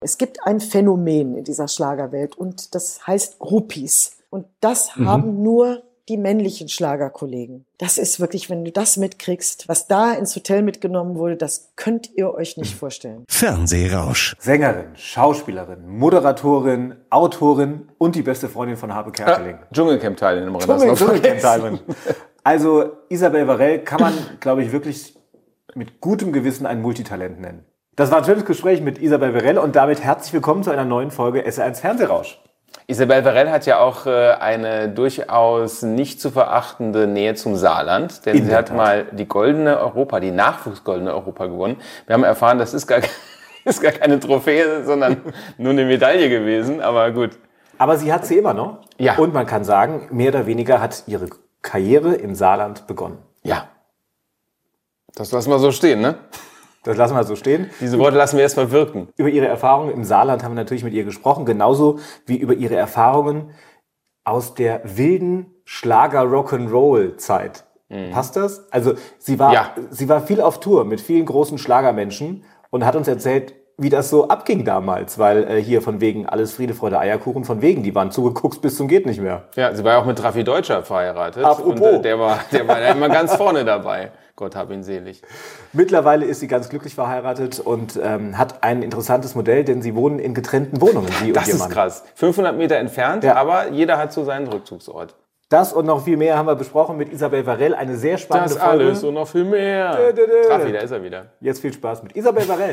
Es gibt ein Phänomen in dieser Schlagerwelt und das heißt Groupies. Und das haben nur die männlichen Schlagerkollegen. Das ist wirklich, wenn du das mitkriegst, was da ins Hotel mitgenommen wurde, das könnt ihr euch nicht vorstellen. Fernsehrausch. Sängerin, Schauspielerin, Moderatorin, Autorin und die beste Freundin von Habe Kerkeling. Dschungelcamp-Teilnehmerin. Dschungelcamp-Teilnehmerin. Also Isabel Varell kann man, glaube ich, wirklich mit gutem Gewissen ein Multitalent nennen. Das war ein schönes Gespräch mit Isabel Varell und damit herzlich willkommen zu einer neuen Folge SR1 Fernsehrausch. Isabel Varell hat ja auch eine durchaus nicht zu verachtende Nähe zum Saarland, denn sie hat mal die Nachwuchsgoldene Europa gewonnen. Wir haben erfahren, das ist gar keine Trophäe, sondern nur eine Medaille gewesen, aber gut. Aber sie hat sie immer noch. Ja. Und man kann sagen, mehr oder weniger hat ihre Karriere im Saarland begonnen. Ja. Das lassen wir so stehen, ne? Das lassen wir so stehen. Diese Worte lassen wir erstmal wirken. Über ihre Erfahrungen im Saarland haben wir natürlich mit ihr gesprochen, genauso wie über ihre Erfahrungen aus der wilden Schlager-Rock'n'Roll-Zeit. Passt das? Also sie war viel auf Tour mit vielen großen Schlagermenschen und hat uns erzählt, wie das so abging damals, weil hier von wegen alles Friede, Freude, Eierkuchen, von wegen, die waren zugeguckt bis zum geht nicht mehr. Ja, sie war ja auch mit Raffi Deutscher verheiratet. Apropos. Und der war ja immer ganz vorne dabei. Gott hab ihn selig. Mittlerweile ist sie ganz glücklich verheiratet und hat ein interessantes Modell, denn sie wohnen in getrennten Wohnungen. Das ist krass. 500 Meter entfernt, aber jeder hat so seinen Rückzugsort. Das und noch viel mehr haben wir besprochen mit Isabel Varell. Eine sehr spannende Folge. Das alles und noch viel mehr. Raffi, da ist er wieder. Jetzt viel Spaß mit Isabel Varell.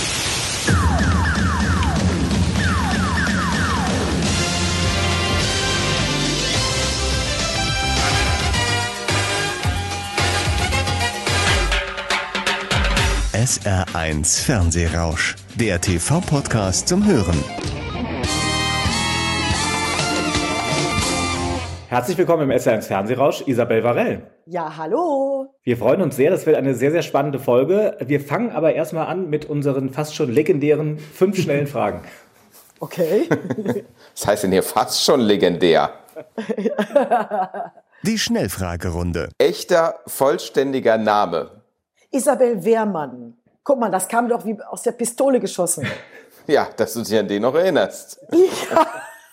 SR1 Fernsehrausch, der TV-Podcast zum Hören. Herzlich willkommen im SR1 Fernsehrausch, Isabel Varell. Ja, hallo. Wir freuen uns sehr, das wird eine sehr, sehr spannende Folge. Wir fangen aber erstmal an mit unseren fast schon legendären 5 schnellen Fragen. Okay. Das heißt denn hier fast schon legendär? Die Schnellfragerunde. Echter, vollständiger Name. Isabel Wehrmann. Guck mal, das kam doch wie aus der Pistole geschossen. Ja, dass du dich an den noch erinnerst. Ja.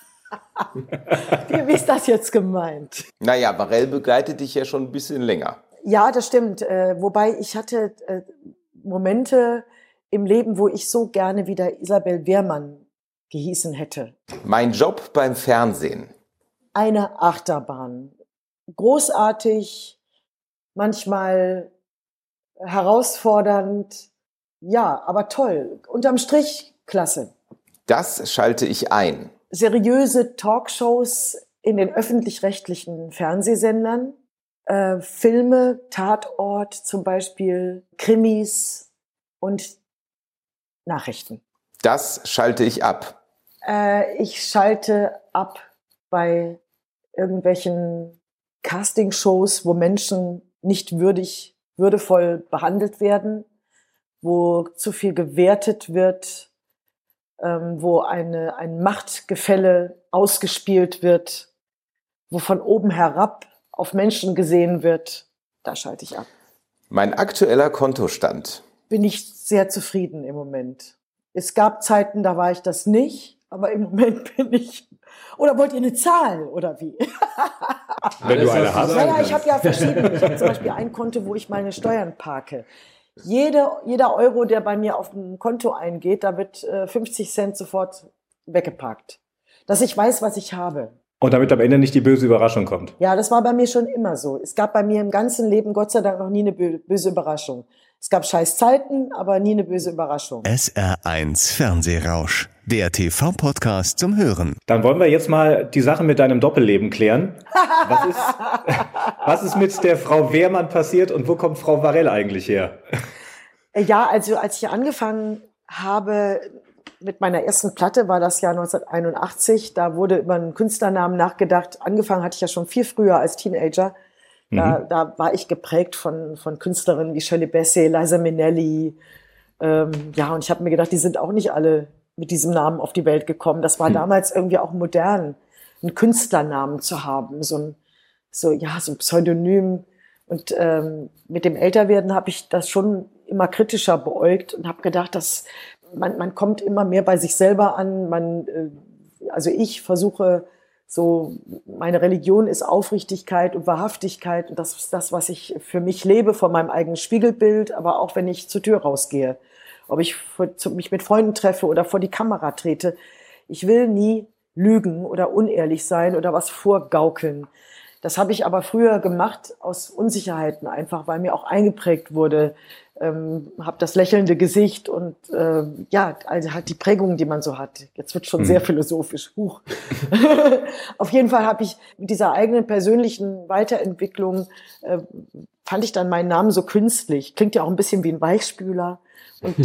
Wie ist das jetzt gemeint? Naja, Varell begleitet dich ja schon ein bisschen länger. Ja, das stimmt. Wobei ich hatte Momente im Leben, wo ich so gerne wieder Isabel Wehrmann gehießen hätte. Mein Job beim Fernsehen. Eine Achterbahn. Großartig, manchmal herausfordernd, ja, aber toll. Unterm Strich, klasse. Das schalte ich ein. Seriöse Talkshows in den öffentlich-rechtlichen Fernsehsendern, Filme, Tatort zum Beispiel, Krimis und Nachrichten. Das schalte ich ab. Ich schalte ab bei irgendwelchen Castingshows, wo Menschen nicht würdevoll behandelt werden, wo zu viel gewertet wird, wo ein Machtgefälle ausgespielt wird, wo von oben herab auf Menschen gesehen wird. Da schalte ich ab. Mein aktueller Kontostand. Bin ich sehr zufrieden im Moment. Es gab Zeiten, da war ich das nicht, aber im Moment bin ich... Oder wollt ihr eine Zahl, oder wie? Wenn du eine hast. Naja, ich habe ja verschiedene. Ich habe zum Beispiel ein Konto, wo ich meine Steuern parke. Jeder Euro, der bei mir auf dem Konto eingeht, da wird 50 Cent sofort weggeparkt. Dass ich weiß, was ich habe. Und damit am Ende nicht die böse Überraschung kommt. Ja, das war bei mir schon immer so. Es gab bei mir im ganzen Leben Gott sei Dank noch nie eine böse Überraschung. Es gab scheiß Zeiten, aber nie eine böse Überraschung. SR1 Fernsehrausch, der TV-Podcast zum Hören. Dann wollen wir jetzt mal die Sache mit deinem Doppelleben klären. Was ist mit der Frau Wehrmann passiert und wo kommt Frau Varell eigentlich her? Ja, also als ich angefangen habe mit meiner ersten Platte, war das Jahr 1981, da wurde über einen Künstlernamen nachgedacht. Angefangen hatte ich ja schon viel früher als Teenager. Da war ich geprägt von Künstlerinnen wie Shirley Bassey, Liza Minnelli. Ja, und ich habe mir gedacht, die sind auch nicht alle mit diesem Namen auf die Welt gekommen. Das war damals irgendwie auch modern, einen Künstlernamen zu haben, so ein Pseudonym. Und mit dem Älterwerden habe ich das schon immer kritischer beäugt und habe gedacht, dass man kommt immer mehr bei sich selber an. Also ich versuche so, meine Religion ist Aufrichtigkeit und Wahrhaftigkeit und das ist das, was ich für mich lebe, von meinem eigenen Spiegelbild, aber auch wenn ich zur Tür rausgehe, ob ich mich mit Freunden treffe oder vor die Kamera trete. Ich will nie lügen oder unehrlich sein oder was vorgaukeln. Das habe ich aber früher gemacht aus Unsicherheiten einfach, weil mir auch eingeprägt wurde, habe das lächelnde Gesicht und also halt die Prägungen, die man so hat. Jetzt wird schon sehr philosophisch. Huch. Auf jeden Fall habe ich mit dieser eigenen persönlichen Weiterentwicklung, fand ich dann meinen Namen so künstlich. Klingt ja auch ein bisschen wie ein Weichspüler. Und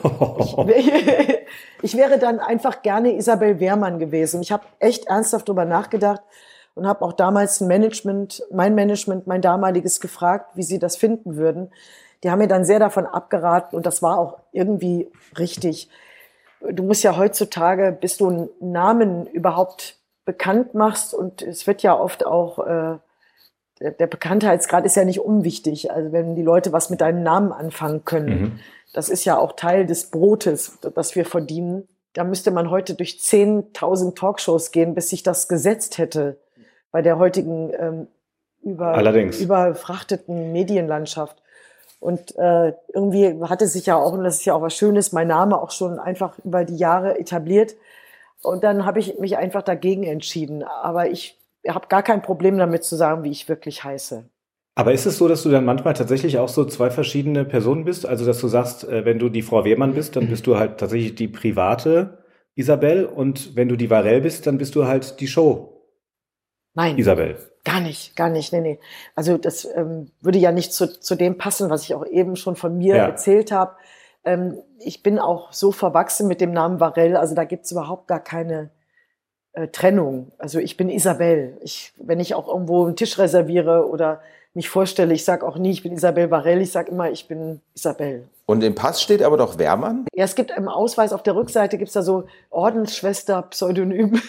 ich wäre dann einfach gerne Isabel Wehrmann gewesen. Ich habe echt ernsthaft drüber nachgedacht und habe auch damals mein damaliges gefragt, wie sie das finden würden. Die haben mir dann sehr davon abgeraten und das war auch irgendwie richtig. Du musst ja heutzutage, bis du einen Namen überhaupt bekannt machst und es wird ja oft auch, der Bekanntheitsgrad ist ja nicht unwichtig. Also wenn die Leute was mit deinem Namen anfangen können, das ist ja auch Teil des Brotes, das wir verdienen. Da müsste man heute durch 10.000 Talkshows gehen, bis sich das gesetzt hätte bei der heutigen überfrachteten Medienlandschaft. Und irgendwie hatte sich ja auch, und das ist ja auch was Schönes, mein Name auch schon einfach über die Jahre etabliert. Und dann habe ich mich einfach dagegen entschieden. Aber ich habe gar kein Problem damit zu sagen, wie ich wirklich heiße. Aber ist es so, dass du dann manchmal tatsächlich auch so zwei verschiedene Personen bist? Also dass du sagst, wenn du die Frau Wehrmann bist, dann bist du halt tatsächlich die private Isabel und wenn du die Varell bist, dann bist du halt die Show. Nein. Isabel. Gar nicht, nee. Also das würde ja nicht zu dem passen, was ich auch eben schon von mir erzählt habe. Ich bin auch so verwachsen mit dem Namen Varell, also da gibt's überhaupt gar keine Trennung. Also ich bin Isabel. Wenn ich auch irgendwo einen Tisch reserviere oder mich vorstelle, ich sage auch nie, ich bin Isabel Varell, ich sage immer, ich bin Isabel. Und im Pass steht aber doch Wehrmann? Ja, es gibt im Ausweis auf der Rückseite gibt's da so Ordensschwester Pseudonym.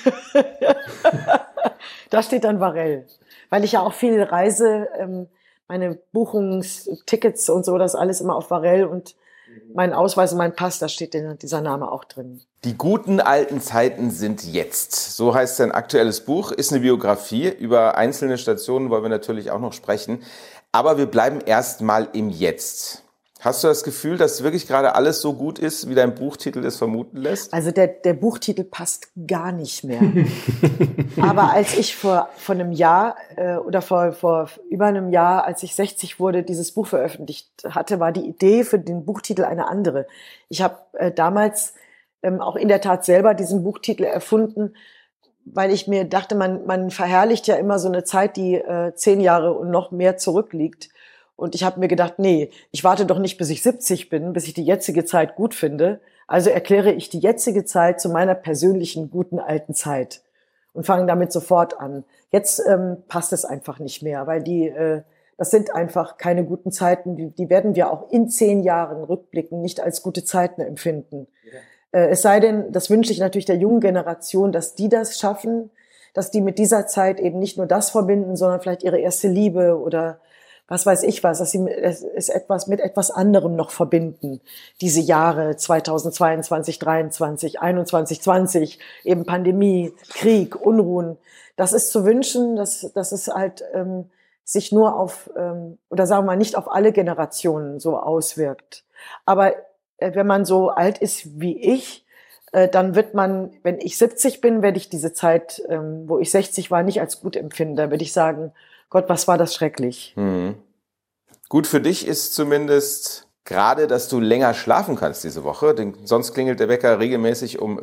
Da steht dann Varell. Weil ich ja auch viel reise, meine Buchungstickets und so, das alles immer auf Varell und mein Ausweis und mein Pass, da steht dieser Name auch drin. Die guten alten Zeiten sind jetzt. So heißt sein aktuelles Buch, ist eine Biografie. Über einzelne Stationen wollen wir natürlich auch noch sprechen. Aber wir bleiben erst mal im Jetzt. Hast du das Gefühl, dass wirklich gerade alles so gut ist, wie dein Buchtitel es vermuten lässt? Also der Buchtitel passt gar nicht mehr. Aber als ich vor einem Jahr oder vor über einem Jahr, als ich 60 wurde, dieses Buch veröffentlicht hatte, war die Idee für den Buchtitel eine andere. Ich habe damals auch in der Tat selber diesen Buchtitel erfunden, weil ich mir dachte, man verherrlicht ja immer so eine Zeit, die 10 Jahre und noch mehr zurückliegt. Und ich habe mir gedacht, nee, ich warte doch nicht, bis ich 70 bin, bis ich die jetzige Zeit gut finde. Also erkläre ich die jetzige Zeit zu meiner persönlichen guten alten Zeit und fange damit sofort an. Jetzt passt es einfach nicht mehr, weil das sind einfach keine guten Zeiten. Die werden wir auch in 10 Jahren rückblicken nicht als gute Zeiten empfinden. Ja. Es sei denn, das wünsche ich natürlich der jungen Generation, dass die das schaffen, dass die mit dieser Zeit eben nicht nur das verbinden, sondern vielleicht ihre erste Liebe oder was weiß ich was, dass sie es mit etwas anderem noch verbinden. Diese Jahre 2022, 23, 21, 20, eben Pandemie, Krieg, Unruhen. Das ist zu wünschen, dass es halt sich nur auf, oder sagen wir mal, nicht auf alle Generationen so auswirkt. Aber wenn man so alt ist wie ich, dann wird man, wenn ich 70 bin, werde ich diese Zeit, wo ich 60 war, nicht als gut empfinden. Da würde ich sagen, Gott, was war das schrecklich. Gut für dich ist zumindest gerade, dass du länger schlafen kannst diese Woche, denn sonst klingelt der Wecker regelmäßig um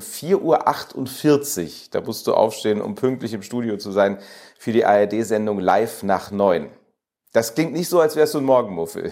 4:48 Uhr. Da musst du aufstehen, um pünktlich im Studio zu sein für die ARD-Sendung Live nach 9. Das klingt nicht so, als wärst du ein Morgenmuffel.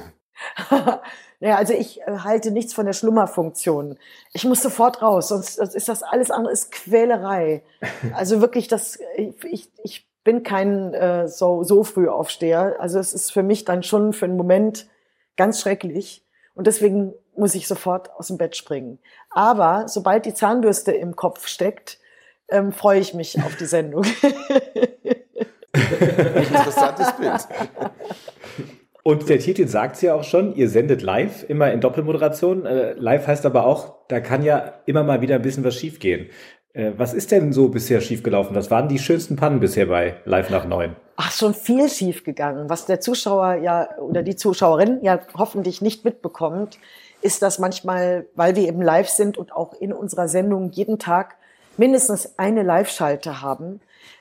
Ja, also ich halte nichts von der Schlummerfunktion. Ich muss sofort raus, sonst ist das alles andere ist Quälerei. Also wirklich, ich bin kein so früh Aufsteher. Also es ist für mich dann schon für einen Moment ganz schrecklich. Und deswegen muss ich sofort aus dem Bett springen. Aber sobald die Zahnbürste im Kopf steckt, freue ich mich auf die Sendung. Interessantes Bild. Und der Titel sagt es ja auch schon, ihr sendet live, immer in Doppelmoderation. Live heißt aber auch, da kann ja immer mal wieder ein bisschen was schiefgehen. Was ist denn so bisher schiefgelaufen? Was waren die schönsten Pannen bisher bei Live nach 9? Ach, schon viel schiefgegangen. Was der Zuschauer ja oder die Zuschauerin ja hoffentlich nicht mitbekommt, ist, dass manchmal, weil wir eben live sind und auch in unserer Sendung jeden Tag mindestens eine Live-Schalte haben,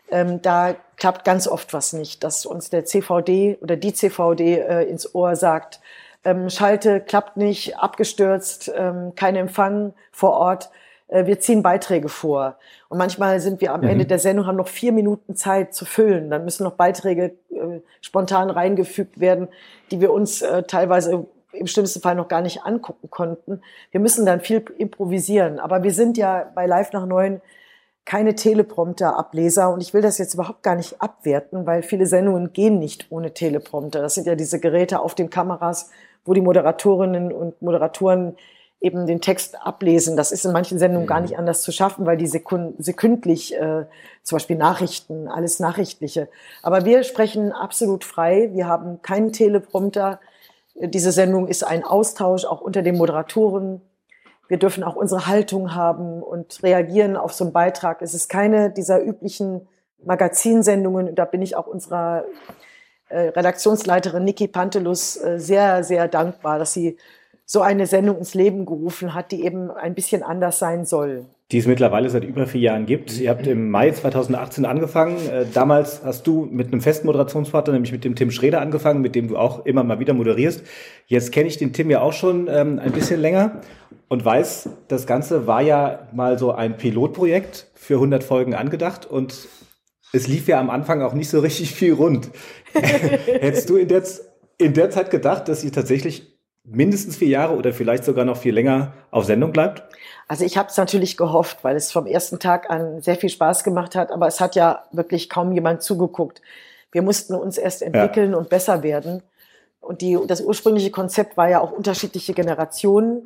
da klappt ganz oft was nicht, dass uns der CVD oder die CVD ins Ohr sagt, Schalte klappt nicht, abgestürzt, kein Empfang vor Ort, wir ziehen Beiträge vor. Und manchmal sind wir am Ende der Sendung, haben noch 4 Minuten Zeit zu füllen, dann müssen noch Beiträge spontan reingefügt werden, die wir uns teilweise im schlimmsten Fall noch gar nicht angucken konnten. Wir müssen dann viel improvisieren, aber wir sind ja bei Live nach 9 keine Teleprompter-Ableser und ich will das jetzt überhaupt gar nicht abwerten, weil viele Sendungen gehen nicht ohne Teleprompter. Das sind ja diese Geräte auf den Kameras, wo die Moderatorinnen und Moderatoren eben den Text ablesen. Das ist in manchen Sendungen gar nicht anders zu schaffen, weil die sekündlich, zum Beispiel Nachrichten, alles Nachrichtliche. Aber wir sprechen absolut frei. Wir haben keinen Teleprompter. Diese Sendung ist ein Austausch auch unter den Moderatoren. Wir dürfen auch unsere Haltung haben und reagieren auf so einen Beitrag. Es ist keine dieser üblichen Magazinsendungen. Da bin ich auch unserer Redaktionsleiterin Niki Pantelus sehr, sehr dankbar, dass sie so eine Sendung ins Leben gerufen hat, die eben ein bisschen anders sein soll. Die es mittlerweile seit über 4 Jahren gibt. Ihr habt im Mai 2018 angefangen. Damals hast du mit einem festen Moderationspartner, nämlich mit dem Tim Schreder, angefangen, mit dem du auch immer mal wieder moderierst. Jetzt kenne ich den Tim ja auch schon ein bisschen länger und weiß, das Ganze war ja mal so ein Pilotprojekt für 100 Folgen angedacht und es lief ja am Anfang auch nicht so richtig viel rund. Hättest du in der Zeit gedacht, dass ihr tatsächlich mindestens 4 Jahre oder vielleicht sogar noch viel länger auf Sendung bleibt? Also ich habe es natürlich gehofft, weil es vom ersten Tag an sehr viel Spaß gemacht hat, aber es hat ja wirklich kaum jemand zugeguckt. Wir mussten uns erst entwickeln und besser werden. Und das ursprüngliche Konzept war ja auch unterschiedliche Generationen.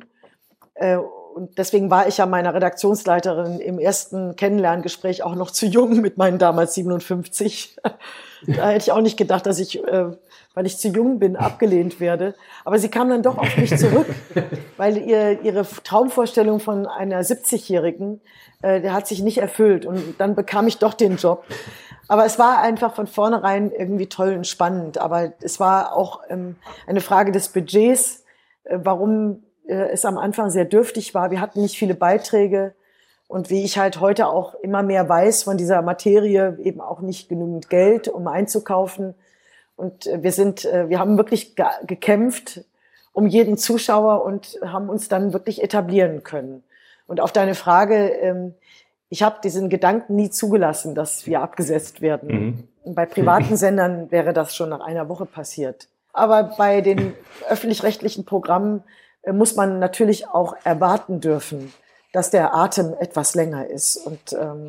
Und deswegen war ich ja meiner Redaktionsleiterin im ersten Kennenlerngespräch auch noch zu jung mit meinen damals 57. Da hätte ich auch nicht gedacht, dass ich, weil ich zu jung bin, abgelehnt werde. Aber sie kam dann doch auf mich zurück, weil ihre Traumvorstellung von einer 70-Jährigen, der hat sich nicht erfüllt. Und dann bekam ich doch den Job. Aber es war einfach von vornherein irgendwie toll und spannend. Aber es war auch eine Frage des Budgets, warum es am Anfang sehr dürftig war. Wir hatten nicht viele Beiträge. Und wie ich halt heute auch immer mehr weiß von dieser Materie, eben auch nicht genügend Geld, um einzukaufen. Und wir haben wirklich gekämpft um jeden Zuschauer und haben uns dann wirklich etablieren können. Und auf deine Frage, ich habe diesen Gedanken nie zugelassen, dass wir abgesetzt werden. Bei privaten Sendern wäre das schon nach einer Woche passiert. Aber bei den öffentlich-rechtlichen Programmen muss man natürlich auch erwarten dürfen, dass der Atem etwas länger ist. Und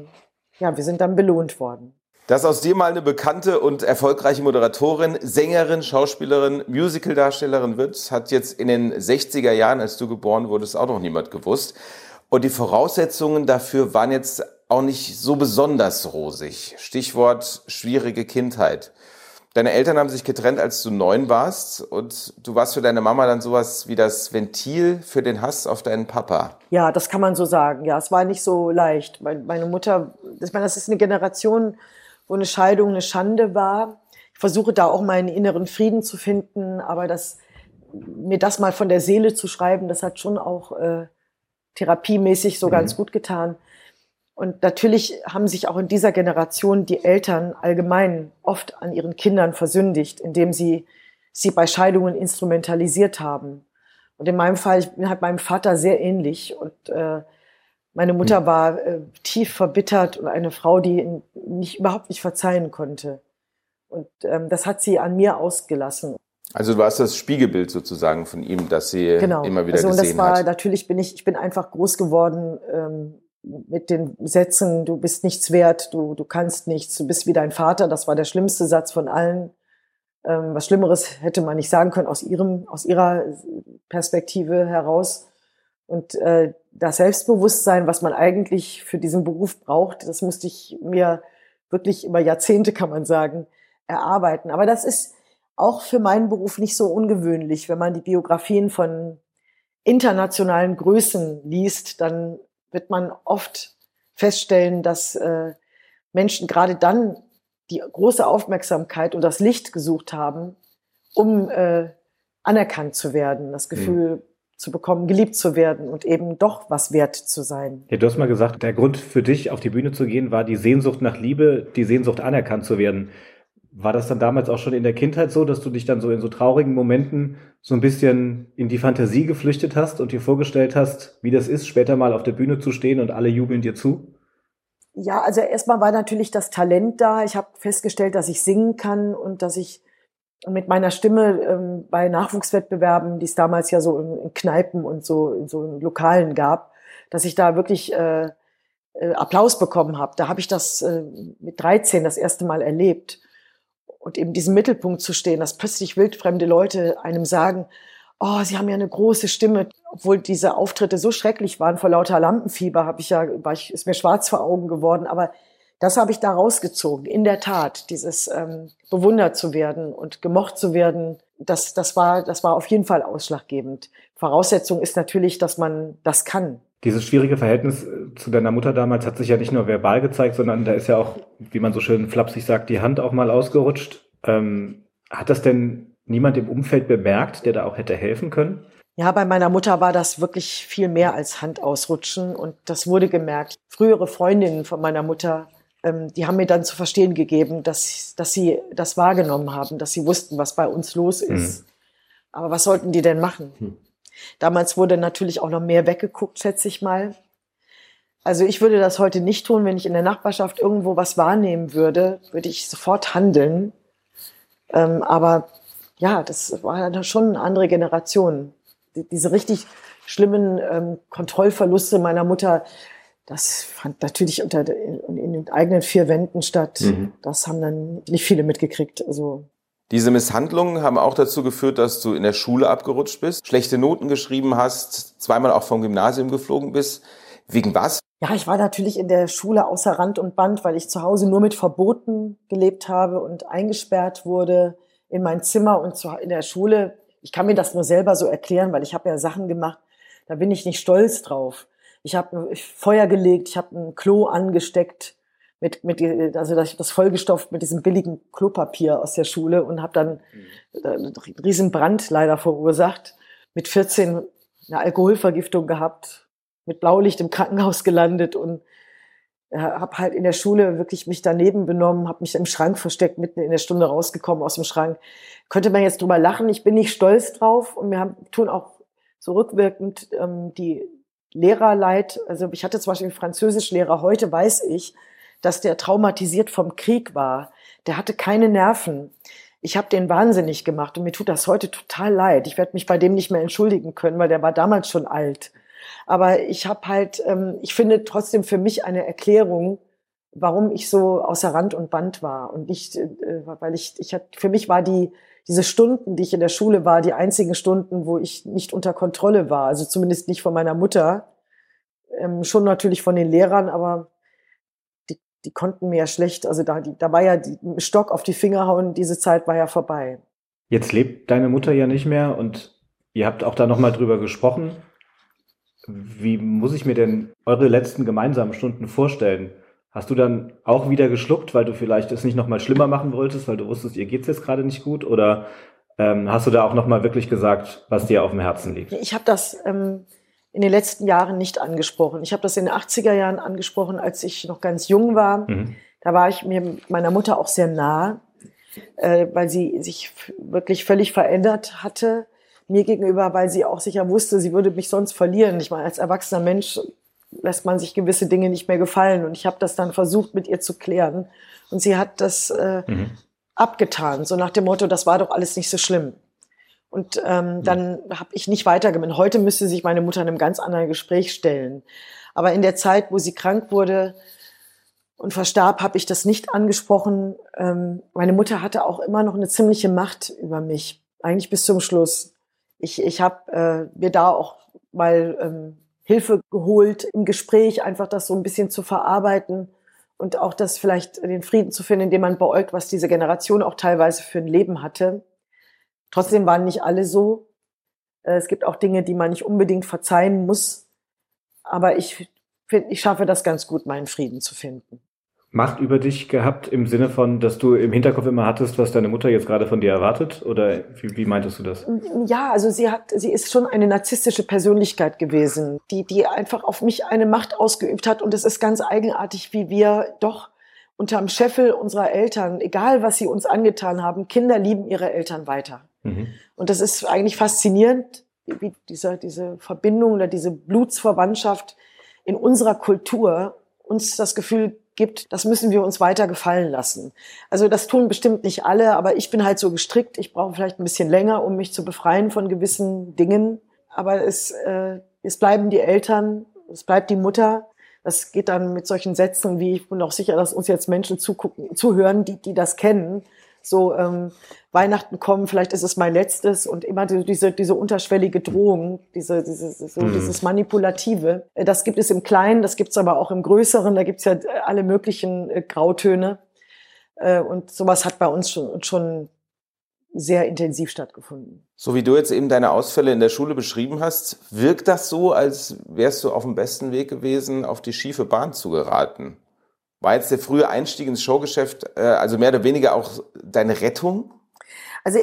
wir sind dann belohnt worden. Dass aus dir mal eine bekannte und erfolgreiche Moderatorin, Sängerin, Schauspielerin, Musicaldarstellerin wird, hat jetzt in den 60er Jahren, als du geboren wurdest, auch noch niemand gewusst. Und die Voraussetzungen dafür waren jetzt auch nicht so besonders rosig. Stichwort schwierige Kindheit. Deine Eltern haben sich getrennt, als du 9 warst und du warst für deine Mama dann sowas wie das Ventil für den Hass auf deinen Papa. Ja, das kann man so sagen. Ja, es war nicht so leicht. Meine Mutter, das ist eine Generation, wo eine Scheidung eine Schande war. Ich versuche da auch meinen inneren Frieden zu finden, aber mir das mal von der Seele zu schreiben, das hat schon auch therapiemäßig so ganz gut getan. Und natürlich haben sich auch in dieser Generation die Eltern allgemein oft an ihren Kindern versündigt, indem sie bei Scheidungen instrumentalisiert haben. Und in meinem Fall, ich bin halt meinem Vater sehr ähnlich. Und meine Mutter war tief verbittert und eine Frau, die überhaupt nicht verzeihen konnte. Und das hat sie an mir ausgelassen. Also du warst das Spiegelbild sozusagen von ihm, das sie immer wieder gesehen hat. Das war natürlich, ich bin einfach groß geworden mit den Sätzen, du bist nichts wert, du kannst nichts, du bist wie dein Vater. Das war der schlimmste Satz von allen. Was Schlimmeres hätte man nicht sagen können aus ihrer Perspektive heraus. Und das Selbstbewusstsein, was man eigentlich für diesen Beruf braucht, das musste ich mir wirklich über Jahrzehnte, kann man sagen, erarbeiten. Aber das ist auch für meinen Beruf nicht so ungewöhnlich. Wenn man die Biografien von internationalen Größen liest, dann wird man oft feststellen, dass Menschen gerade dann die große Aufmerksamkeit und das Licht gesucht haben, um anerkannt zu werden, das Gefühl zu bekommen, geliebt zu werden und eben doch was wert zu sein. Ja, du hast mal gesagt, der Grund für dich, auf die Bühne zu gehen, war die Sehnsucht nach Liebe, die Sehnsucht, anerkannt zu werden. War das dann damals auch schon in der Kindheit so, dass du dich dann so in so traurigen Momenten so ein bisschen in die Fantasie geflüchtet hast und dir vorgestellt hast, wie das ist, später mal auf der Bühne zu stehen und alle jubeln dir zu? Ja, also erstmal war natürlich das Talent da. Ich habe festgestellt, dass ich singen kann und dass ich mit meiner Stimme bei Nachwuchswettbewerben, die es damals ja so in Kneipen und so in Lokalen gab, dass ich da wirklich Applaus bekommen habe. Da habe ich das mit 13 das erste Mal erlebt. Und eben diesen Mittelpunkt zu stehen, dass plötzlich wildfremde Leute einem sagen, oh, Sie haben ja eine große Stimme. Obwohl diese Auftritte so schrecklich waren, vor lauter Lampenfieber ist mir schwarz vor Augen geworden. Aber das habe ich da rausgezogen. In der Tat, dieses bewundert zu werden und gemocht zu werden, das war auf jeden Fall ausschlaggebend. Voraussetzung ist natürlich, dass man das kann. Dieses schwierige Verhältnis zu deiner Mutter damals hat sich ja nicht nur verbal gezeigt, sondern da ist ja auch, wie man so schön flapsig sagt, die Hand auch mal ausgerutscht. Hat das denn niemand im Umfeld bemerkt, der da auch hätte helfen können? Ja, bei meiner Mutter war das wirklich viel mehr als Hand ausrutschen und das wurde gemerkt. Frühere Freundinnen von meiner Mutter, die haben mir dann zu verstehen gegeben, dass sie das wahrgenommen haben, dass sie wussten, was bei uns los ist. Aber was sollten die denn machen? Damals wurde natürlich auch noch mehr weggeguckt, schätze ich mal. Also ich würde das heute nicht tun, wenn ich in der Nachbarschaft irgendwo was wahrnehmen würde, würde ich sofort handeln. Aber ja, das war dann schon eine andere Generation. Diese richtig schlimmen Kontrollverluste meiner Mutter, das fand natürlich in den eigenen 4 Wänden statt. Das haben dann nicht viele mitgekriegt. Also diese Misshandlungen haben auch dazu geführt, dass du in der Schule abgerutscht bist, schlechte Noten geschrieben hast, zweimal auch vom Gymnasium geflogen bist. Wegen was? Ja, ich war natürlich in der Schule außer Rand und Band, weil ich zu Hause nur mit Verboten gelebt habe und eingesperrt wurde in mein Zimmer und in der Schule. Ich kann mir das nur selber so erklären, weil ich habe ja Sachen gemacht, da bin ich nicht stolz drauf. Ich habe Feuer gelegt, ich habe ein Klo angesteckt, also das vollgestopft mit diesem billigen Klopapier aus der Schule und habe dann einen riesen Brand leider verursacht. Mit 14 eine Alkoholvergiftung gehabt, mit Blaulicht im Krankenhaus gelandet und habe halt in der Schule wirklich mich daneben benommen, habe mich im Schrank versteckt, mitten in der Stunde rausgekommen aus dem Schrank. Könnte man jetzt drüber lachen, ich bin nicht stolz drauf und tun auch so rückwirkend die Lehrer leid. Also ich hatte zum Beispiel einen Französischlehrer, heute weiß ich, dass der traumatisiert vom Krieg war. Der hatte keine Nerven. Ich habe den wahnsinnig gemacht und mir tut das heute total leid. Ich werde mich bei dem nicht mehr entschuldigen können, weil der war damals schon alt. Aber ich finde trotzdem für mich eine Erklärung, warum ich so außer Rand und Band war. Und nicht, weil für mich war diese Stunden, die ich in der Schule war, die einzigen Stunden, wo ich nicht unter Kontrolle war. Also zumindest nicht von meiner Mutter. Schon natürlich von den Lehrern, aber die konnten mir ja schlecht, also da war ja die Stock auf die Finger hauen, diese Zeit war ja vorbei. Jetzt lebt deine Mutter ja nicht mehr und ihr habt auch da nochmal drüber gesprochen. Wie muss ich mir denn eure letzten gemeinsamen Stunden vorstellen? Hast du dann auch wieder geschluckt, weil du vielleicht es nicht nochmal schlimmer machen wolltest, weil du wusstest, ihr geht's jetzt gerade nicht gut? Oder hast du da auch nochmal wirklich gesagt, was dir auf dem Herzen liegt? Ich habe das in den letzten Jahren nicht angesprochen. Ich habe das in den 80er Jahren angesprochen, als ich noch ganz jung war. Da war ich mir meiner Mutter auch sehr nah, weil sie sich wirklich völlig verändert hatte mir gegenüber, weil sie auch sicher wusste, sie würde mich sonst verlieren. Ich meine, als erwachsener Mensch lässt man sich gewisse Dinge nicht mehr gefallen. Und ich habe das dann versucht, mit ihr zu klären. Und sie hat das abgetan, so nach dem Motto, das war doch alles nicht so schlimm. Und dann habe ich nicht weitergemacht. Heute müsste sich meine Mutter in einem ganz anderen Gespräch stellen. Aber in der Zeit, wo sie krank wurde und verstarb, habe ich das nicht angesprochen. Meine Mutter hatte auch immer noch eine ziemliche Macht über mich, eigentlich bis zum Schluss. Ich habe mir da auch mal Hilfe geholt im Gespräch, einfach das so ein bisschen zu verarbeiten und auch das vielleicht den Frieden zu finden, indem man beäugt, was diese Generation auch teilweise für ein Leben hatte. Trotzdem waren nicht alle so. Es gibt auch Dinge, die man nicht unbedingt verzeihen muss. Aber ich schaffe das ganz gut, meinen Frieden zu finden. Macht über dich gehabt im Sinne von, dass du im Hinterkopf immer hattest, was deine Mutter jetzt gerade von dir erwartet? Oder wie meintest du das? Ja, also sie ist schon eine narzisstische Persönlichkeit gewesen, die einfach auf mich eine Macht ausgeübt hat. Und es ist ganz eigenartig, wie wir doch unterm Scheffel unserer Eltern, egal was sie uns angetan haben, Kinder lieben ihre Eltern weiter. Mhm. Und das ist eigentlich faszinierend, wie diese Verbindung oder diese Blutsverwandtschaft in unserer Kultur uns das Gefühl gibt, das müssen wir uns weiter gefallen lassen. Also das tun bestimmt nicht alle, aber ich bin halt so gestrickt, ich brauche vielleicht ein bisschen länger, um mich zu befreien von gewissen Dingen. Aber es bleiben die Eltern, es bleibt die Mutter. Das geht dann mit solchen Sätzen wie, ich bin auch sicher, dass uns jetzt Menschen zuhören, die das kennen. So, Weihnachten kommen, vielleicht ist es mein letztes, und immer diese unterschwellige Drohung, dieses Manipulative. Das gibt es im Kleinen, das gibt es aber auch im Größeren, da gibt es ja alle möglichen Grautöne. Und sowas hat bei uns schon sehr intensiv stattgefunden. So wie du jetzt eben deine Ausfälle in der Schule beschrieben hast, wirkt das so, als wärst du auf dem besten Weg gewesen, auf die schiefe Bahn zu geraten? War jetzt der frühe Einstieg ins Showgeschäft also mehr oder weniger auch deine Rettung? Also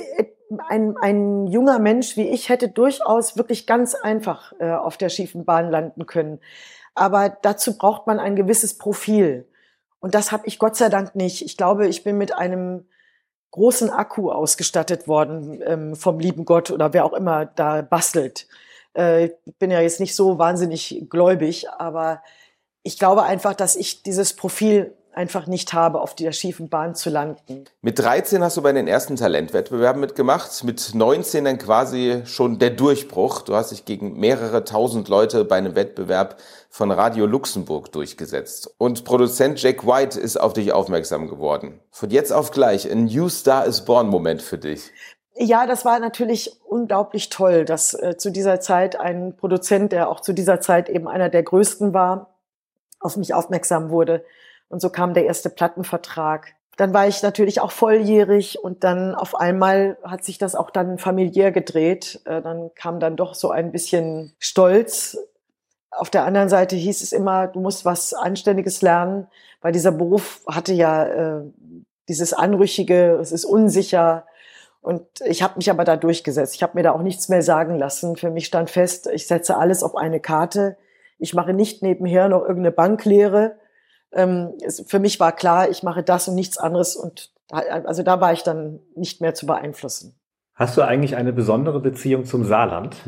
ein junger Mensch wie ich hätte durchaus wirklich ganz einfach auf der schiefen Bahn landen können. Aber dazu braucht man ein gewisses Profil. Und das habe ich Gott sei Dank nicht. Ich glaube, ich bin mit einem großen Akku ausgestattet worden vom lieben Gott oder wer auch immer da bastelt. Ich bin ja jetzt nicht so wahnsinnig gläubig, aber ich glaube einfach, dass ich dieses Profil einfach nicht habe, auf der schiefen Bahn zu landen. Mit 13 hast du bei den ersten Talentwettbewerben mitgemacht, mit 19 dann quasi schon der Durchbruch. Du hast dich gegen mehrere tausend Leute bei einem Wettbewerb von Radio Luxemburg durchgesetzt. Und Produzent Jack White ist auf dich aufmerksam geworden. Von jetzt auf gleich ein New Star is Born Moment für dich. Ja, das war natürlich unglaublich toll, dass zu dieser Zeit ein Produzent, der auch zu dieser Zeit eben einer der größten war, auf mich aufmerksam wurde. Und so kam der erste Plattenvertrag. Dann war ich natürlich auch volljährig und dann auf einmal hat sich das auch dann familiär gedreht. Dann kam dann doch so ein bisschen Stolz. Auf der anderen Seite hieß es immer, du musst was Anständiges lernen, weil dieser Beruf hatte ja dieses Anrüchige, es ist unsicher. Und ich habe mich aber da durchgesetzt. Ich habe mir da auch nichts mehr sagen lassen. Für mich stand fest, ich setze alles auf eine Karte. Ich mache nicht nebenher noch irgendeine Banklehre. Für mich war klar, ich mache das und nichts anderes. Und also da war ich dann nicht mehr zu beeinflussen. Hast du eigentlich eine besondere Beziehung zum Saarland?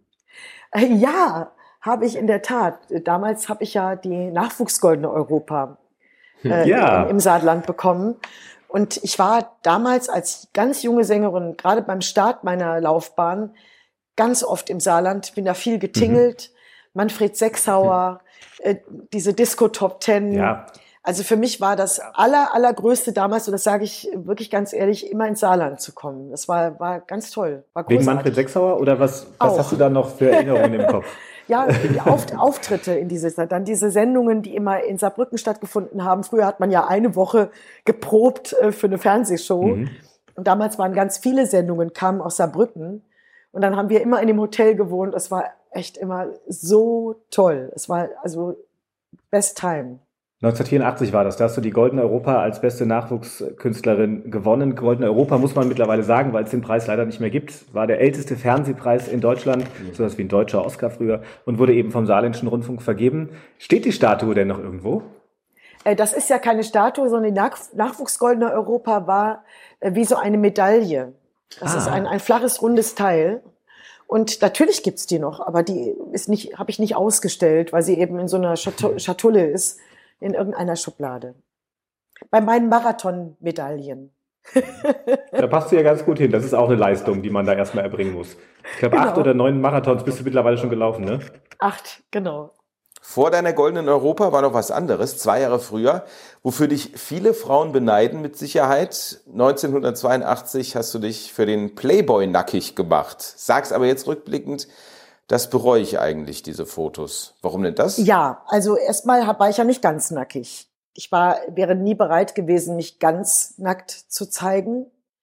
Ja, habe ich in der Tat. Damals habe ich ja die Nachwuchsgoldene Europa im Saarland bekommen. Und ich war damals als ganz junge Sängerin, gerade beim Start meiner Laufbahn, ganz oft im Saarland, bin da viel getingelt. Manfred Sechsauer, diese Disco Top 10. Ja. Also für mich war das allergrößte damals, und das sage ich wirklich ganz ehrlich, immer ins Saarland zu kommen. Das war ganz toll. War wegen Manfred Sechsauer oder was hast du da noch für Erinnerungen im Kopf? Ja, die Auftritte in dann diese Sendungen, die immer in Saarbrücken stattgefunden haben. Früher hat man ja eine Woche geprobt für eine Fernsehshow. Mhm. Und damals waren ganz viele Sendungen, kamen aus Saarbrücken. Und dann haben wir immer in dem Hotel gewohnt. Es war echt immer so toll. Es war also best time. 1984 war das. Da hast du die Goldene Europa als beste Nachwuchskünstlerin gewonnen. Goldene Europa muss man mittlerweile sagen, weil es den Preis leider nicht mehr gibt. War der älteste Fernsehpreis in Deutschland, sowas wie ein deutscher Oscar früher, und wurde eben vom Saarländischen Rundfunk vergeben. Steht die Statue denn noch irgendwo? Das ist ja keine Statue, sondern die Nachwuchsgoldene Europa war wie so eine Medaille. Das ist ein flaches, rundes Teil. Und natürlich gibt's die noch, aber die habe ich nicht ausgestellt, weil sie eben in so einer Schatulle ist, in irgendeiner Schublade. Bei meinen Marathon-Medaillen. Da passt sie ja ganz gut hin. Das ist auch eine Leistung, die man da erstmal erbringen muss. Ich glaube, 8 oder 9 Marathons bist du mittlerweile schon gelaufen, ne? 8, genau. Vor deiner Goldenen Europa war noch was anderes, 2 Jahre früher, wofür dich viele Frauen beneiden mit Sicherheit. 1982 hast du dich für den Playboy nackig gemacht. Sag's aber jetzt rückblickend, das bereue ich eigentlich, diese Fotos. Warum denn das? Ja, also erstmal war ich ja nicht ganz nackig. Ich wäre nie bereit gewesen, mich ganz nackt zu zeigen.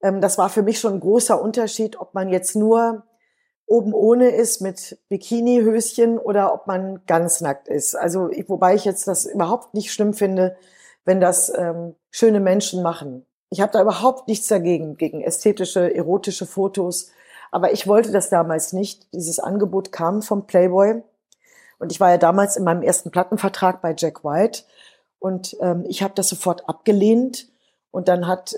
Das war für mich schon ein großer Unterschied, ob man jetzt nur oben ohne ist mit Bikinihöschen oder ob man ganz nackt ist. Also wobei ich jetzt das überhaupt nicht schlimm finde, wenn das schöne Menschen machen. Ich habe da überhaupt nichts dagegen, gegen ästhetische, erotische Fotos. Aber ich wollte das damals nicht. Dieses Angebot kam vom Playboy. Und ich war ja damals in meinem ersten Plattenvertrag bei Jack White. Und ich habe das sofort abgelehnt. Und dann hat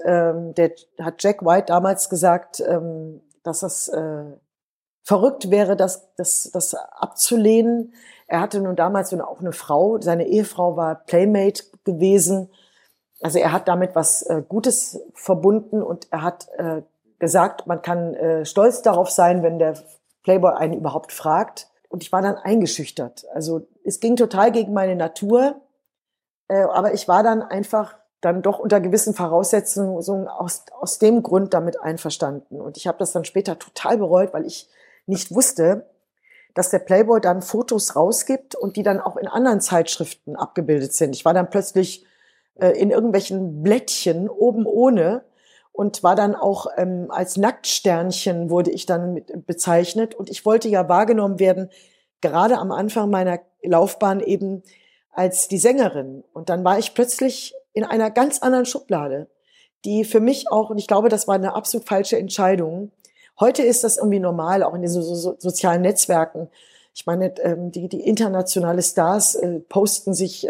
Jack White damals gesagt, dass das verrückt wäre, das abzulehnen. Er hatte nun damals auch eine Frau. Seine Ehefrau war Playmate gewesen. Also er hat damit was Gutes verbunden und er hat gesagt, man kann stolz darauf sein, wenn der Playboy einen überhaupt fragt. Und ich war dann eingeschüchtert. Also es ging total gegen meine Natur, aber ich war dann einfach dann doch unter gewissen Voraussetzungen aus dem Grund damit einverstanden. Und ich habe das dann später total bereut, weil ich nicht wusste, dass der Playboy dann Fotos rausgibt und die dann auch in anderen Zeitschriften abgebildet sind. Ich war dann plötzlich in irgendwelchen Blättchen oben ohne und war dann auch als Nacktsternchen wurde ich dann bezeichnet. Und ich wollte ja wahrgenommen werden, gerade am Anfang meiner Laufbahn eben als die Sängerin. Und dann war ich plötzlich in einer ganz anderen Schublade, die für mich auch, und ich glaube, das war eine absolut falsche Entscheidung. Heute ist das irgendwie normal, auch in diesen sozialen Netzwerken. Ich meine, die internationale Stars posten sich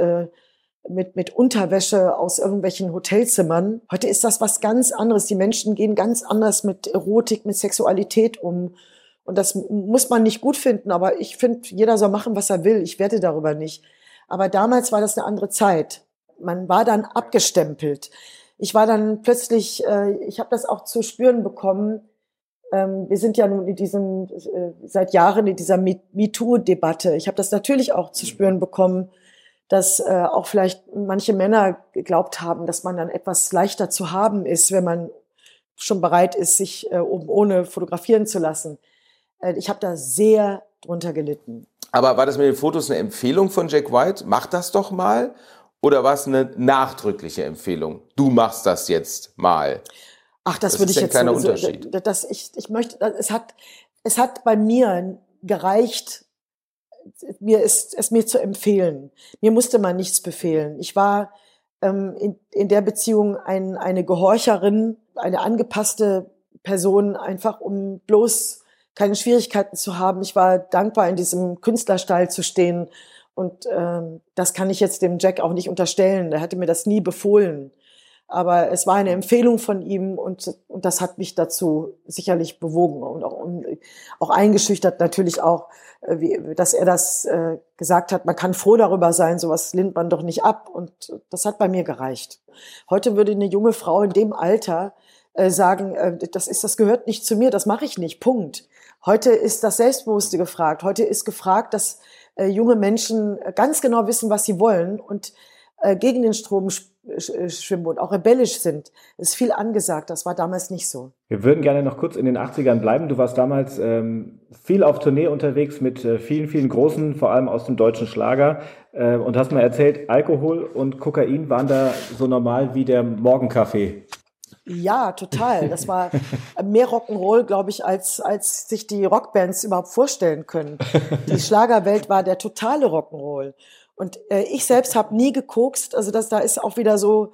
mit Unterwäsche aus irgendwelchen Hotelzimmern. Heute ist das was ganz anderes. Die Menschen gehen ganz anders mit Erotik, mit Sexualität um. Und das muss man nicht gut finden, aber ich finde, jeder soll machen, was er will. Ich werte darüber nicht. Aber damals war das eine andere Zeit. Man war dann abgestempelt. Ich war dann plötzlich, ich habe das auch zu spüren bekommen. Wir sind ja nun in seit Jahren in dieser MeToo-Debatte. Ich habe das natürlich auch zu spüren bekommen, dass auch vielleicht manche Männer geglaubt haben, dass man dann etwas leichter zu haben ist, wenn man schon bereit ist, sich oben ohne fotografieren zu lassen. Ich habe da sehr drunter gelitten. Aber war das mit den Fotos eine Empfehlung von Jack White? Mach das doch mal. Oder war es eine nachdrückliche Empfehlung? Du machst das jetzt mal. Ach, das würde ich jetzt ein kleiner Unterschied. Ich möchte, es hat bei mir gereicht, es mir zu empfehlen. Mir musste man nichts befehlen. Ich war in der Beziehung eine Gehorcherin, eine angepasste Person, einfach um bloß keine Schwierigkeiten zu haben. Ich war dankbar, in diesem Künstlerstall zu stehen. Und das kann ich jetzt dem Jack auch nicht unterstellen. Er hatte mir das nie befohlen. Aber es war eine Empfehlung von ihm und das hat mich dazu sicherlich bewogen und auch eingeschüchtert natürlich auch, dass er das gesagt hat, man kann froh darüber sein, sowas lehnt man doch nicht ab. Und das hat bei mir gereicht. Heute würde eine junge Frau in dem Alter sagen, das gehört nicht zu mir, das mache ich nicht, Punkt. Heute ist das Selbstbewusste gefragt. Heute ist gefragt, dass junge Menschen ganz genau wissen, was sie wollen und gegen den Strom schwimmen und auch rebellisch sind. Das ist viel angesagt, das war damals nicht so. Wir würden gerne noch kurz in den 80ern bleiben. Du warst damals viel auf Tournee unterwegs mit vielen, vielen Großen, vor allem aus dem deutschen Schlager und hast mal erzählt, Alkohol und Kokain waren da so normal wie der Morgenkaffee. Ja, total. Das war mehr Rock'n'Roll, glaube ich, als sich die Rockbands überhaupt vorstellen können. Die Schlagerwelt war der totale Rock'n'Roll. Und ich selbst habe nie gekokst. Also da ist auch wieder so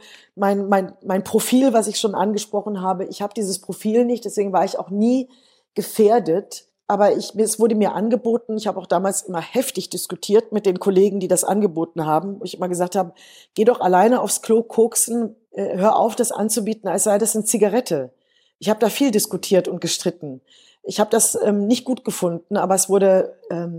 mein Profil, was ich schon angesprochen habe. Ich habe dieses Profil nicht, deswegen war ich auch nie gefährdet. Aber es wurde mir angeboten. Ich habe auch damals immer heftig diskutiert mit den Kollegen, die das angeboten haben. Wo ich immer gesagt habe, geh doch alleine aufs Klo koksen, hör auf, das anzubieten, als sei das eine Zigarette. Ich habe da viel diskutiert und gestritten. Ich habe das nicht gut gefunden, aber es wurde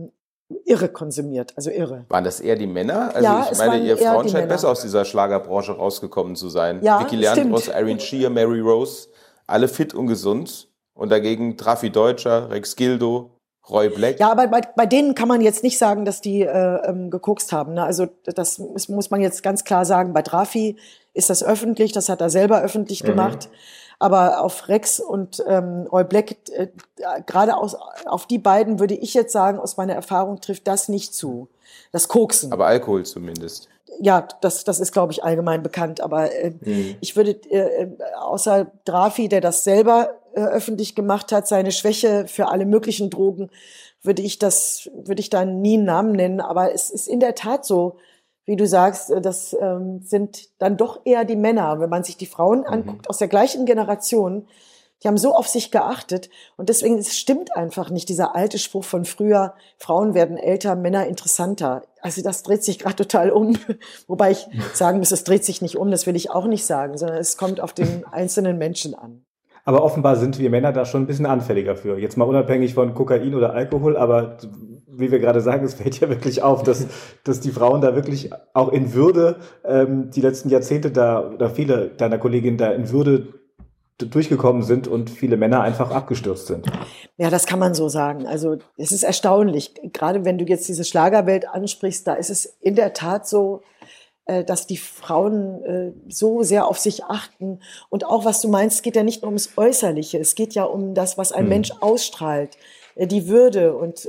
irre konsumiert, also irre. Waren das eher die Männer? Also ja, ich meine, ihr Frauen scheint besser aus dieser Schlagerbranche rausgekommen zu sein. Ja, Vicky Leandros, Irene Shear, Mary Rose, alle fit und gesund. Und dagegen Traffi Deutscher, Rex Gildo, Roy Black. Ja, aber bei denen kann man jetzt nicht sagen, dass die gekokst haben. Ne? Also das muss man jetzt ganz klar sagen. Bei Traffi ist das öffentlich, das hat er selber öffentlich gemacht. Aber auf Rex und Roy Black, gerade auf die beiden würde ich jetzt sagen, aus meiner Erfahrung trifft das nicht zu. Das Koksen. Aber Alkohol zumindest. Ja, das ist, glaube ich, allgemein bekannt. Aber ich würde, außer Drafi, der das selber öffentlich gemacht hat, seine Schwäche für alle möglichen Drogen, würde ich da nie einen Namen nennen. Aber es ist in der Tat so, wie du sagst, das sind dann doch eher die Männer. Wenn man sich die Frauen anguckt aus der gleichen Generation, die haben so auf sich geachtet. Und deswegen, es stimmt einfach nicht, dieser alte Spruch von früher, Frauen werden älter, Männer interessanter. Also das dreht sich gerade total um. Wobei ich sagen muss, es dreht sich nicht um, das will ich auch nicht sagen, sondern es kommt auf den einzelnen Menschen an. Aber offenbar sind wir Männer da schon ein bisschen anfälliger für. Jetzt mal unabhängig von Kokain oder Alkohol, aber wie wir gerade sagen, es fällt ja wirklich auf, dass die Frauen da wirklich auch in Würde die letzten Jahrzehnte da, oder viele deiner Kolleginnen da in Würde durchgekommen sind und viele Männer einfach abgestürzt sind. Ja, das kann man so sagen. Also es ist erstaunlich. Gerade wenn du jetzt diese Schlagerwelt ansprichst, da ist es in der Tat so, dass die Frauen so sehr auf sich achten. Und auch, was du meinst, es geht ja nicht nur ums Äußerliche. Es geht ja um das, was ein Mensch ausstrahlt. Die Würde und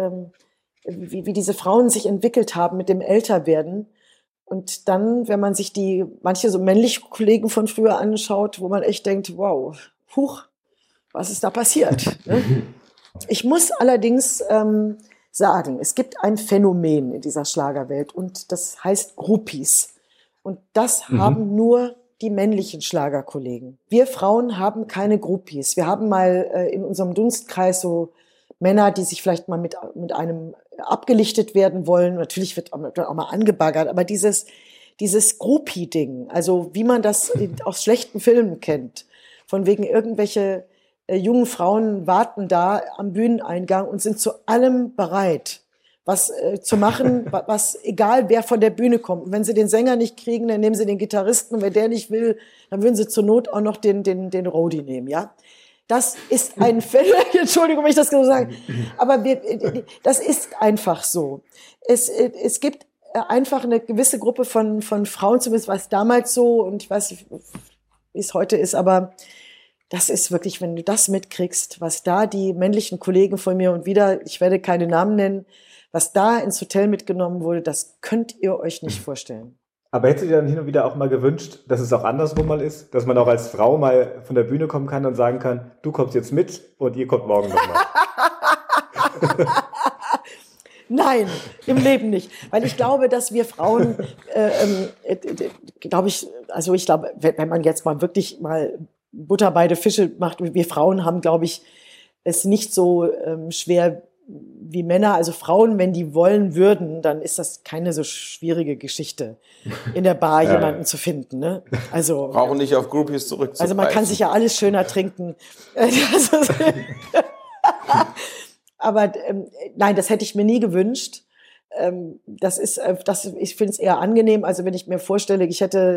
wie diese Frauen sich entwickelt haben mit dem Älterwerden. Und dann, wenn man sich manche so männliche Kollegen von früher anschaut, wo man echt denkt, wow, was ist da passiert? Ne? Ich muss allerdings sagen, es gibt ein Phänomen in dieser Schlagerwelt und das heißt Groupies. Und das haben nur die männlichen Schlagerkollegen. Wir Frauen haben keine Groupies. Wir haben mal in unserem Dunstkreis so Männer, die sich vielleicht mal mit einem abgelichtet werden wollen. Natürlich wird auch mal angebaggert, aber dieses Groupie-Ding, also wie man das aus schlechten Filmen kennt, von wegen irgendwelche jungen Frauen warten da am Bühneneingang und sind zu allem bereit, was zu machen, was egal wer von der Bühne kommt. Und wenn sie den Sänger nicht kriegen, dann nehmen sie den Gitarristen und wenn der nicht will, dann würden sie zur Not auch noch den Roadie nehmen, ja. Das ist ein Entschuldigung, wenn ich das so sage, aber das ist einfach so. Es gibt einfach eine gewisse Gruppe von Frauen, zumindest war es damals so, und ich weiß nicht, wie es heute ist, aber das ist wirklich, wenn du das mitkriegst, was da die männlichen Kollegen von mir und wieder, ich werde keine Namen nennen, was da ins Hotel mitgenommen wurde, das könnt ihr euch nicht vorstellen. Aber hättest du dir dann hin und wieder auch mal gewünscht, dass es auch andersrum mal ist? Dass man auch als Frau mal von der Bühne kommen kann und sagen kann, du kommst jetzt mit und ihr kommt morgen nochmal. Nein, im Leben nicht. Weil ich glaube, dass wir Frauen, wenn man jetzt mal wirklich mal Butter beide Fische macht, wir Frauen haben, glaube ich, es nicht so schwer wie Männer. Also Frauen, wenn die wollen würden, dann ist das keine so schwierige Geschichte, in der Bar jemanden zu finden. Ne? Also brauchen nicht auf Groupies zurückzugreifen. Also man kann sich ja alles schöner trinken. Aber nein, das hätte ich mir nie gewünscht. Ich finde es eher angenehm. Also wenn ich mir vorstelle,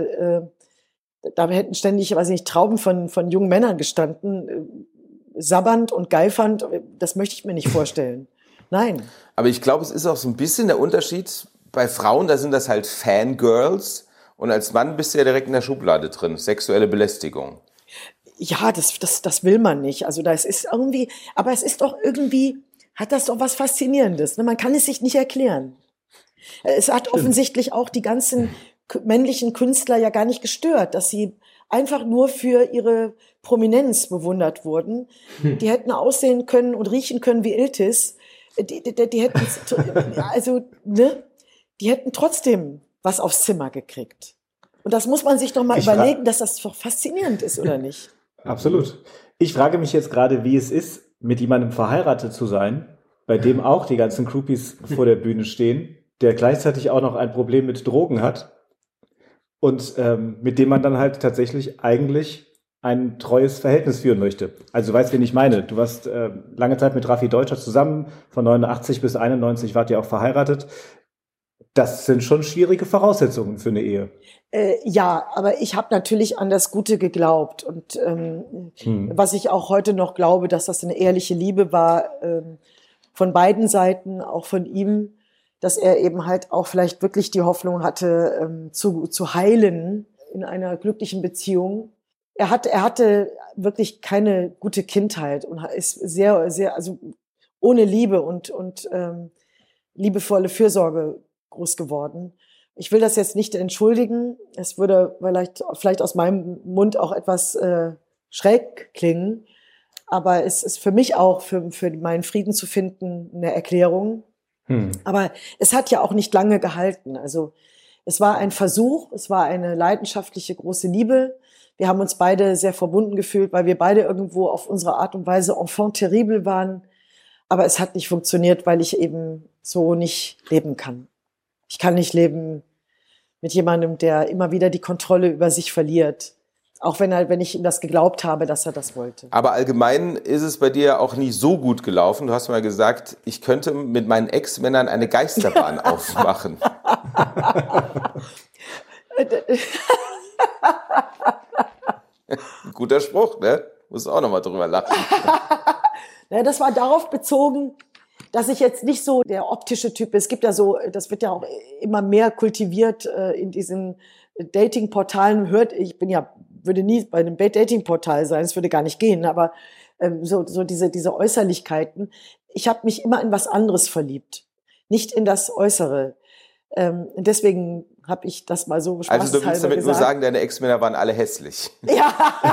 da hätten ständig, weiß ich nicht, Trauben von jungen Männern gestanden, sabbernd und geifernd, das möchte ich mir nicht vorstellen. Nein. Aber ich glaube, es ist auch so ein bisschen der Unterschied. Bei Frauen, da sind das halt Fangirls und als Mann bist du ja direkt in der Schublade drin, sexuelle Belästigung. Ja, das will man nicht. Also das ist irgendwie, aber es ist doch irgendwie, hat das doch was Faszinierendes. Ne? Man kann es sich nicht erklären. Es hat offensichtlich auch die ganzen männlichen Künstler ja gar nicht gestört, dass sie einfach nur für ihre Prominenz bewundert wurden. Die hätten aussehen können und riechen können wie Iltis. Die hätten, die hätten trotzdem was aufs Zimmer gekriegt. Und das muss man sich doch mal überlegen, dass das doch faszinierend ist, oder nicht? Absolut. Ich frage mich jetzt gerade, wie es ist, mit jemandem verheiratet zu sein, bei dem auch die ganzen Groupies vor der Bühne stehen, der gleichzeitig auch noch ein Problem mit Drogen hat und mit dem man dann halt tatsächlich eigentlich ein treues Verhältnis führen möchte. Also du weißt, wen ich meine. Du warst lange Zeit mit Raffi Deutscher zusammen, von 89 bis 91 wart ihr auch verheiratet. Das sind schon schwierige Voraussetzungen für eine Ehe. Ja, aber ich habe natürlich an das Gute geglaubt. Und was ich auch heute noch glaube, dass das eine ehrliche Liebe war, von beiden Seiten, auch von ihm, dass er eben halt auch vielleicht wirklich die Hoffnung hatte, zu heilen in einer glücklichen Beziehung. Er hatte wirklich keine gute Kindheit und ist sehr, sehr, also ohne Liebe und liebevolle Fürsorge groß geworden. Ich will das jetzt nicht entschuldigen. Es würde vielleicht aus meinem Mund auch etwas schräg klingen. Aber es ist für mich auch, für meinen Frieden zu finden, eine Erklärung. Aber es hat ja auch nicht lange gehalten. Also es war ein Versuch, es war eine leidenschaftliche große Liebe. Wir haben uns beide sehr verbunden gefühlt, weil wir beide irgendwo auf unsere Art und Weise enfant terrible waren. Aber es hat nicht funktioniert, weil ich eben so nicht leben kann. Ich kann nicht leben mit jemandem, der immer wieder die Kontrolle über sich verliert. Auch wenn ich ihm das geglaubt habe, dass er das wollte. Aber allgemein ist es bei dir auch nie so gut gelaufen. Du hast mal gesagt, ich könnte mit meinen Ex-Männern eine Geisterbahn aufmachen. Guter Spruch, ne? Muss auch nochmal drüber lachen. Ja, das war darauf bezogen, dass ich jetzt nicht so der optische Typ bin. Es gibt ja so, das wird ja auch immer mehr kultiviert in diesen Dating-Portalen. Würde nie bei einem Dating-Portal sein, es würde gar nicht gehen, aber so diese Äußerlichkeiten. Ich habe mich immer in was anderes verliebt, nicht in das Äußere. Deswegen habe ich das mal so spaßhalber Also du willst damit gesagt. nur sagen, deine Ex-Männer waren alle hässlich. Ja.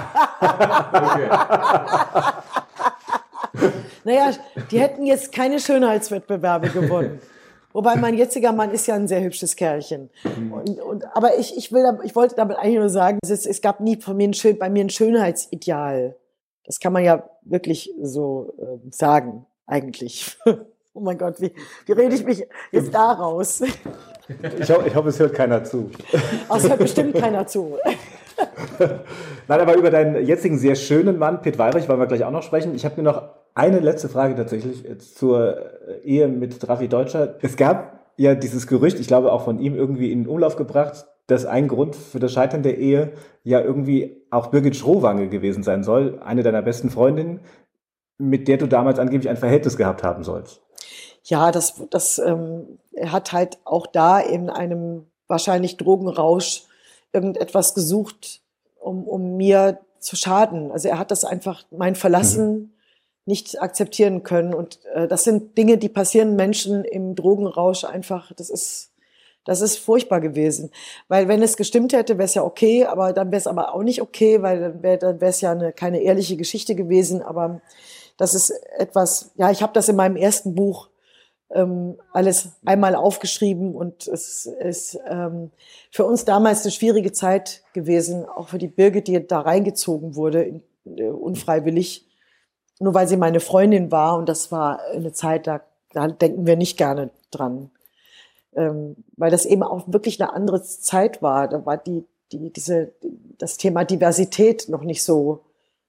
Naja, die hätten jetzt keine Schönheitswettbewerbe gewonnen. Wobei mein jetziger Mann ist ja ein sehr hübsches Kerlchen. Aber ich wollte damit eigentlich nur sagen, es gab nie bei mir ein Schönheitsideal. Das kann man ja wirklich so sagen, eigentlich. Oh mein Gott, wie rede ich mich jetzt da raus? Ich hoffe, es hört keiner zu. Ach, es hört bestimmt keiner zu. Nein, aber über deinen jetzigen sehr schönen Mann, Pitt Weyrich, wollen wir gleich auch noch sprechen. Ich habe mir noch eine letzte Frage tatsächlich zur Ehe mit Raffi Deutscher. Es gab ja dieses Gerücht, ich glaube auch von ihm irgendwie in Umlauf gebracht, dass ein Grund für das Scheitern der Ehe ja irgendwie auch Birgit Schrowange gewesen sein soll, eine deiner besten Freundinnen, mit der du damals angeblich ein Verhältnis gehabt haben sollst. Ja, er hat halt auch da in einem wahrscheinlich Drogenrausch irgendetwas gesucht, um mir zu schaden. Also er hat das einfach, mein Verlassen nicht akzeptieren können. Und das sind Dinge, die passieren Menschen im Drogenrausch einfach. Das ist furchtbar gewesen. Weil wenn es gestimmt hätte, wäre es ja okay, aber dann wäre es aber auch nicht okay, weil dann wäre es ja keine ehrliche Geschichte gewesen. Aber das ist etwas, ja, ich habe das in meinem ersten Buch alles einmal aufgeschrieben und es ist für uns damals eine schwierige Zeit gewesen, auch für die Birgit, die da reingezogen wurde, unfreiwillig, nur weil sie meine Freundin war, und das war eine Zeit, da denken wir nicht gerne dran, weil das eben auch wirklich eine andere Zeit war. Da war das Thema Diversität noch nicht so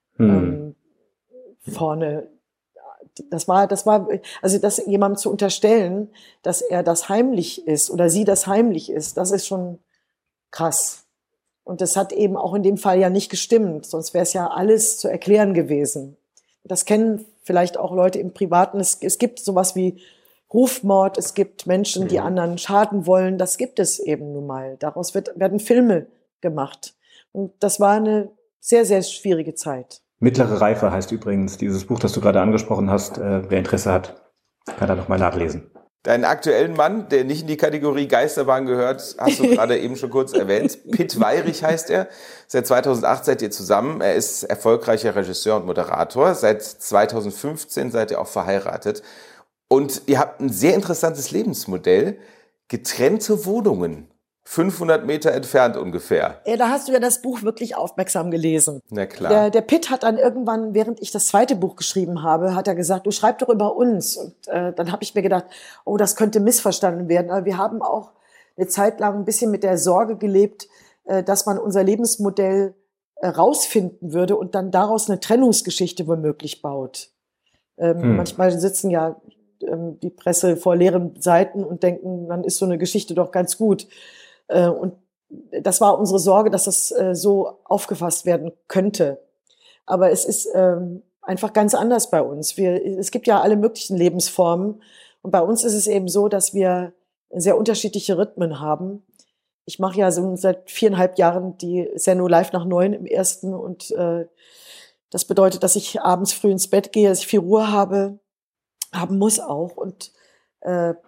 vorne. Das war, also das jemandem zu unterstellen, dass er das heimlich ist oder sie das heimlich ist, das ist schon krass. Und das hat eben auch in dem Fall ja nicht gestimmt, sonst wäre es ja alles zu erklären gewesen. Das kennen vielleicht auch Leute im Privaten. Es gibt sowas wie Rufmord, es gibt Menschen, die anderen schaden wollen, das gibt es eben nun mal. Daraus werden Filme gemacht. Und das war eine sehr, sehr schwierige Zeit. Mittlere Reife heißt übrigens dieses Buch, das du gerade angesprochen hast. Wer Interesse hat, kann da nochmal nachlesen. Deinen aktuellen Mann, der nicht in die Kategorie Geisterbahn gehört, hast du gerade eben schon kurz erwähnt. Pitt Weyrich heißt er. Seit 2008 seid ihr zusammen. Er ist erfolgreicher Regisseur und Moderator. Seit 2015 seid ihr auch verheiratet. Und ihr habt ein sehr interessantes Lebensmodell. Getrennte Wohnungen. 500 Meter entfernt ungefähr. Ja, da hast du ja das Buch wirklich aufmerksam gelesen. Na klar. Der Pitt hat dann irgendwann, während ich das zweite Buch geschrieben habe, hat er gesagt, du schreib doch über uns. Und dann habe ich mir gedacht, oh, das könnte missverstanden werden. Aber wir haben auch eine Zeit lang ein bisschen mit der Sorge gelebt, dass man unser Lebensmodell rausfinden würde und dann daraus eine Trennungsgeschichte womöglich baut. Manchmal sitzen ja die Presse vor leeren Seiten und denken, dann ist so eine Geschichte doch ganz gut. Und das war unsere Sorge, dass das so aufgefasst werden könnte. Aber es ist einfach ganz anders bei uns. Es gibt ja alle möglichen Lebensformen. Und bei uns ist es eben so, dass wir sehr unterschiedliche Rhythmen haben. Ich mache ja so seit 4,5 Jahren die Sendung Live nach 9 im ersten. Und das bedeutet, dass ich abends früh ins Bett gehe, dass ich viel Ruhe haben muss auch. Und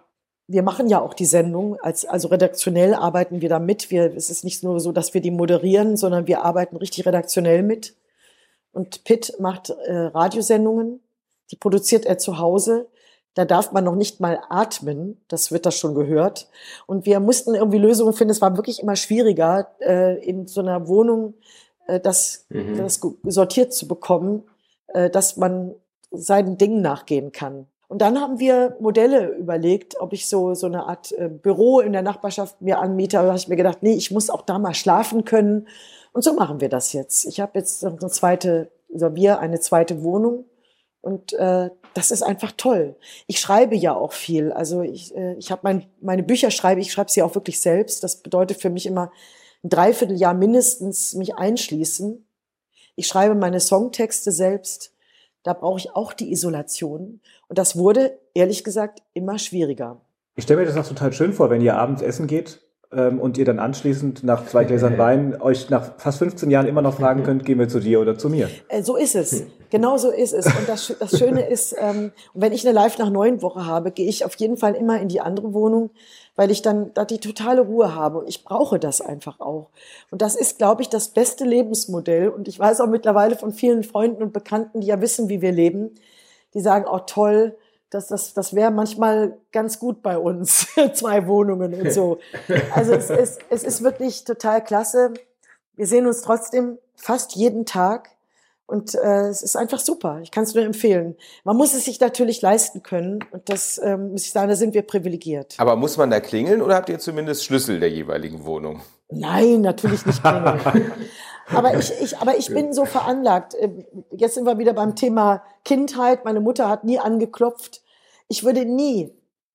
wir machen ja auch die Sendung, also redaktionell arbeiten wir da mit. Es ist nicht nur so, dass wir die moderieren, sondern wir arbeiten richtig redaktionell mit. Und Pitt macht Radiosendungen, die produziert er zu Hause. Da darf man noch nicht mal atmen, das wird da schon gehört. Und wir mussten irgendwie Lösungen finden, es war wirklich immer schwieriger, in so einer Wohnung das sortiert zu bekommen, dass man seinen Dingen nachgehen kann. Und dann haben wir Modelle überlegt, ob ich so eine Art Büro in der Nachbarschaft mir anmiete. Da habe ich mir gedacht, nee, ich muss auch da mal schlafen können. Und so machen wir das jetzt. Ich habe jetzt eine zweite Wohnung. Und das ist einfach toll. Ich schreibe ja auch viel. Also ich habe meine Bücher ich schreibe sie auch wirklich selbst. Das bedeutet für mich immer ein Dreivierteljahr mindestens mich einschließen. Ich schreibe meine Songtexte selbst. Da brauche ich auch die Isolation. Und das wurde, ehrlich gesagt, immer schwieriger. Ich stelle mir das auch total schön vor, wenn ihr abends essen geht und ihr dann anschließend nach 2 Gläsern Wein euch nach fast 15 Jahren immer noch fragen könnt, gehen wir zu dir oder zu mir? So ist es. Genau so ist es. Und das Schöne ist, wenn ich eine Live nach 9 Woche habe, gehe ich auf jeden Fall immer in die andere Wohnung, weil ich dann da die totale Ruhe habe. Und ich brauche das einfach auch. Und das ist, glaube ich, das beste Lebensmodell. Und ich weiß auch mittlerweile von vielen Freunden und Bekannten, die ja wissen, wie wir leben, die sagen, oh toll, das wäre manchmal ganz gut bei uns, 2 Wohnungen und so. Also es ist wirklich total klasse. Wir sehen uns trotzdem fast jeden Tag und es ist einfach super. Ich kann es nur empfehlen. Man muss es sich natürlich leisten können und das muss ich sagen, da sind wir privilegiert. Aber muss man da klingeln oder habt ihr zumindest Schlüssel der jeweiligen Wohnung? Nein, natürlich nicht klingeln. Aber ich bin so veranlagt. Jetzt sind wir wieder beim Thema Kindheit. Meine Mutter hat nie angeklopft. Ich würde nie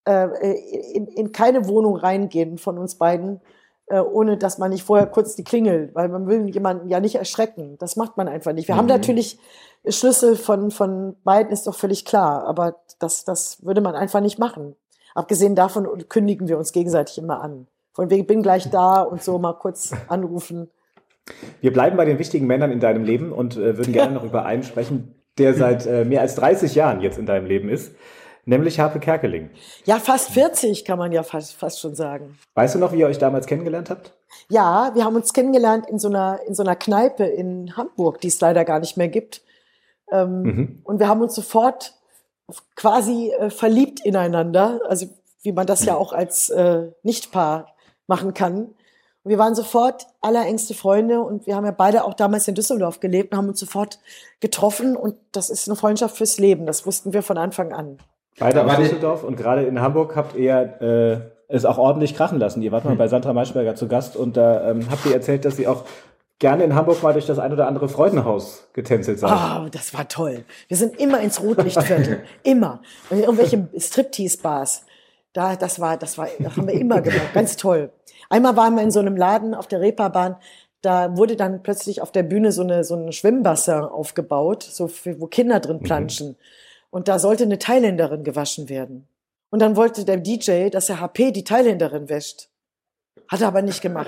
in keine Wohnung reingehen von uns beiden, ohne dass man nicht vorher kurz die Klingel, weil man will jemanden ja nicht erschrecken. Das macht man einfach nicht. Wir haben natürlich Schlüssel von beiden, ist doch völlig klar. Aber das würde man einfach nicht machen. Abgesehen davon kündigen wir uns gegenseitig immer an. Von wegen, bin gleich da und so mal kurz anrufen. Wir bleiben bei den wichtigen Männern in deinem Leben und würden gerne noch über einen sprechen, der seit mehr als 30 Jahren jetzt in deinem Leben ist, nämlich Harpe Kerkeling. Ja, fast 40 kann man ja fast schon sagen. Weißt du noch, wie ihr euch damals kennengelernt habt? Ja, wir haben uns kennengelernt in so einer Kneipe in Hamburg, die es leider gar nicht mehr gibt. Und wir haben uns sofort quasi verliebt ineinander, also wie man das ja auch als Nichtpaar machen kann. Und wir waren sofort allerengste Freunde und wir haben ja beide auch damals in Düsseldorf gelebt und haben uns sofort getroffen und das ist eine Freundschaft fürs Leben. Das wussten wir von Anfang an. Beide aus Düsseldorf und gerade in Hamburg habt ihr es auch ordentlich krachen lassen. Ihr wart mal bei Sandra Maischberger zu Gast und da habt ihr erzählt, dass ihr auch gerne in Hamburg mal durch das ein oder andere Freudenhaus getänzelt seid. Oh, das war toll. Wir sind immer ins Rotlichtviertel. Immer. Und irgendwelche Striptease-Bars. Das haben wir immer gemacht. Ganz toll. Einmal waren wir in so einem Laden auf der Reeperbahn, da wurde dann plötzlich auf der Bühne so ein Schwimmbassin aufgebaut, wo Kinder drin planschen. Und da sollte eine Thailänderin gewaschen werden. Und dann wollte der DJ, dass der HP die Thailänderin wäscht. Hat er aber nicht gemacht.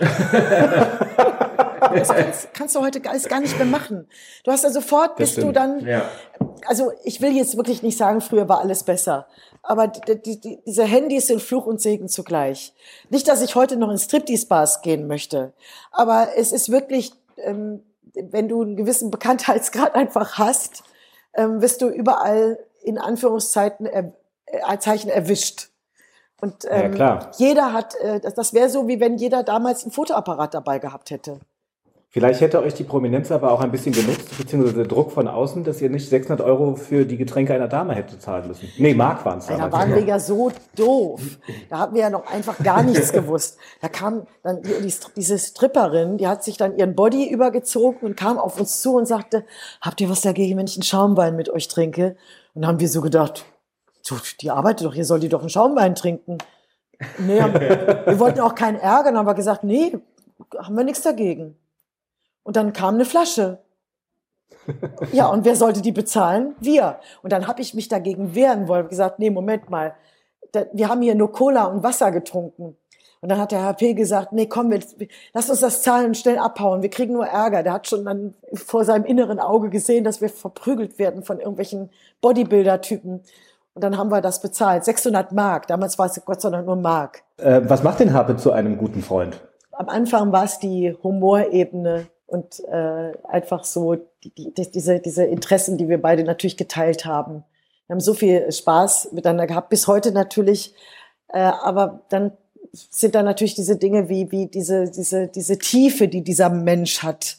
Das kannst du heute alles gar nicht mehr machen. Du hast ja sofort, bist du dann, also ich will jetzt wirklich nicht sagen, früher war alles besser. Aber diese Handys sind Fluch und Segen zugleich. Nicht, dass ich heute noch in Striptease-Bars gehen möchte. Aber es ist wirklich, wenn du einen gewissen Bekanntheitsgrad einfach hast, wirst du überall in Anführungszeichen erwischt. Und klar. Jeder hat, das wäre so, wie wenn jeder damals einen Fotoapparat dabei gehabt hätte. Vielleicht hätte euch die Prominenz aber auch ein bisschen genutzt, beziehungsweise der Druck von außen, dass ihr nicht 600 € für die Getränke einer Dame hättet zahlen müssen. Nee, Mark waren es damals. Da waren wir ja so doof. Da hatten wir ja noch einfach gar nichts gewusst. Da kam dann diese Stripperin, die hat sich dann ihren Body übergezogen und kam auf uns zu und sagte, habt ihr was dagegen, wenn ich einen Schaumwein mit euch trinke? Und dann haben wir so gedacht, die arbeitet doch, hier soll die doch einen Schaumwein trinken. Nee, wir wollten auch keinen ärgern, haben aber gesagt, nee, haben wir nichts dagegen. Und dann kam eine Flasche. Ja, und wer sollte die bezahlen? Wir. Und dann habe ich mich dagegen wehren wollen, gesagt, nee, Moment mal, wir haben hier nur Cola und Wasser getrunken. Und dann hat der HP gesagt, nee, komm, lass uns das zahlen und schnell abhauen, wir kriegen nur Ärger. Der hat schon dann vor seinem inneren Auge gesehen, dass wir verprügelt werden von irgendwelchen Bodybuilder-Typen. Und dann haben wir das bezahlt. 600 Mark. Damals war es Gott sei Dank nur Mark. Was macht den Harpe zu einem guten Freund? Am Anfang war es die Humorebene und einfach so diese Interessen, die wir beide natürlich geteilt haben. Wir haben so viel Spaß miteinander gehabt, bis heute natürlich. Aber dann sind da natürlich diese Dinge wie diese Tiefe, die dieser Mensch hat,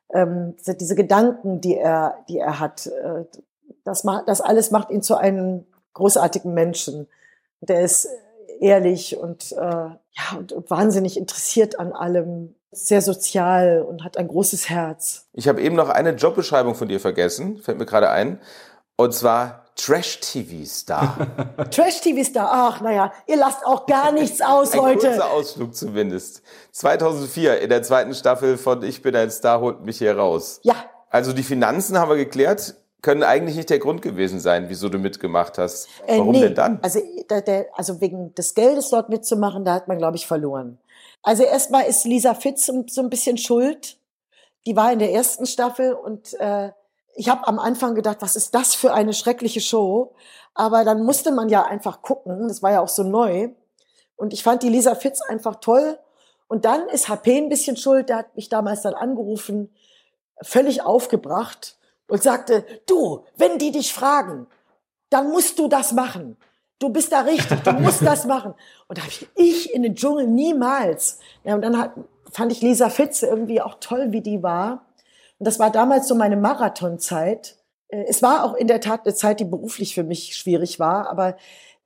diese Gedanken, die er hat. Das alles macht ihn zu einem großartigen Menschen. Der ist ehrlich und wahnsinnig interessiert an allem, sehr sozial und hat ein großes Herz. Ich habe eben noch eine Jobbeschreibung von dir vergessen, fällt mir gerade ein, und zwar Trash-TV-Star. Trash-TV-Star, ach naja, ihr lasst auch gar nichts aus heute. Ein kurzer Ausflug zumindest. 2004 in der 2. Staffel von Ich bin ein Star, holt mich hier raus. Ja. Also die Finanzen haben wir geklärt, können eigentlich nicht der Grund gewesen sein, wieso du mitgemacht hast. Warum denn dann? Also wegen des Geldes dort mitzumachen, da hat man, glaube ich, verloren. Also erstmal ist Lisa Fitz so ein bisschen schuld. Die war in der 1. Staffel und ich habe am Anfang gedacht, was ist das für eine schreckliche Show? Aber dann musste man ja einfach gucken, das war ja auch so neu. Und ich fand die Lisa Fitz einfach toll. Und dann ist HP ein bisschen schuld, der hat mich damals dann angerufen, völlig aufgebracht und sagte, du, wenn die dich fragen, dann musst du das machen. Du bist da richtig, du musst das machen. Und da habe ich in den Dschungel niemals. Ja, und dann fand ich Lisa Fitz irgendwie auch toll, wie die war. Und das war damals so meine Marathonzeit. Es war auch in der Tat eine Zeit, die beruflich für mich schwierig war, aber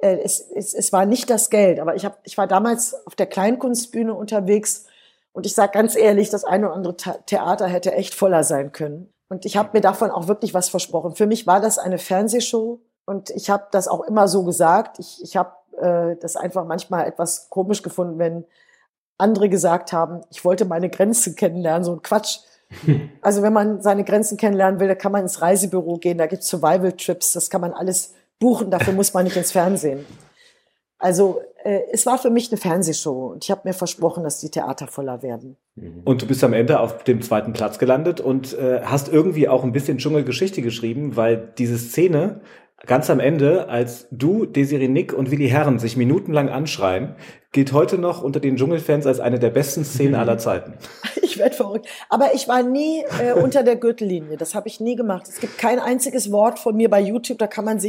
es war nicht das Geld. Aber ich war damals auf der Kleinkunstbühne unterwegs und ich sage ganz ehrlich, das eine oder andere Theater hätte echt voller sein können. Und ich habe mir davon auch wirklich was versprochen. Für mich war das eine Fernsehshow und ich habe das auch immer so gesagt. Ich habe das einfach manchmal etwas komisch gefunden, wenn andere gesagt haben, ich wollte meine Grenzen kennenlernen, so ein Quatsch. Also wenn man seine Grenzen kennenlernen will, da kann man ins Reisebüro gehen, da gibt's Survival-Trips, das kann man alles buchen, dafür muss man nicht ins Fernsehen. Also es war für mich eine Fernsehshow und ich habe mir versprochen, dass die Theater voller werden. Und du bist am Ende auf dem 2. Platz gelandet und hast irgendwie auch ein bisschen Dschungelgeschichte geschrieben, weil diese Szene ganz am Ende, als du, Desiree Nick und Willi Herren sich minutenlang anschreien, gilt heute noch unter den Dschungelfans als eine der besten Szenen aller Zeiten. Ich werde verrückt. Aber ich war nie unter der Gürtellinie. Das habe ich nie gemacht. Es gibt kein einziges Wort von mir bei YouTube. Da kann man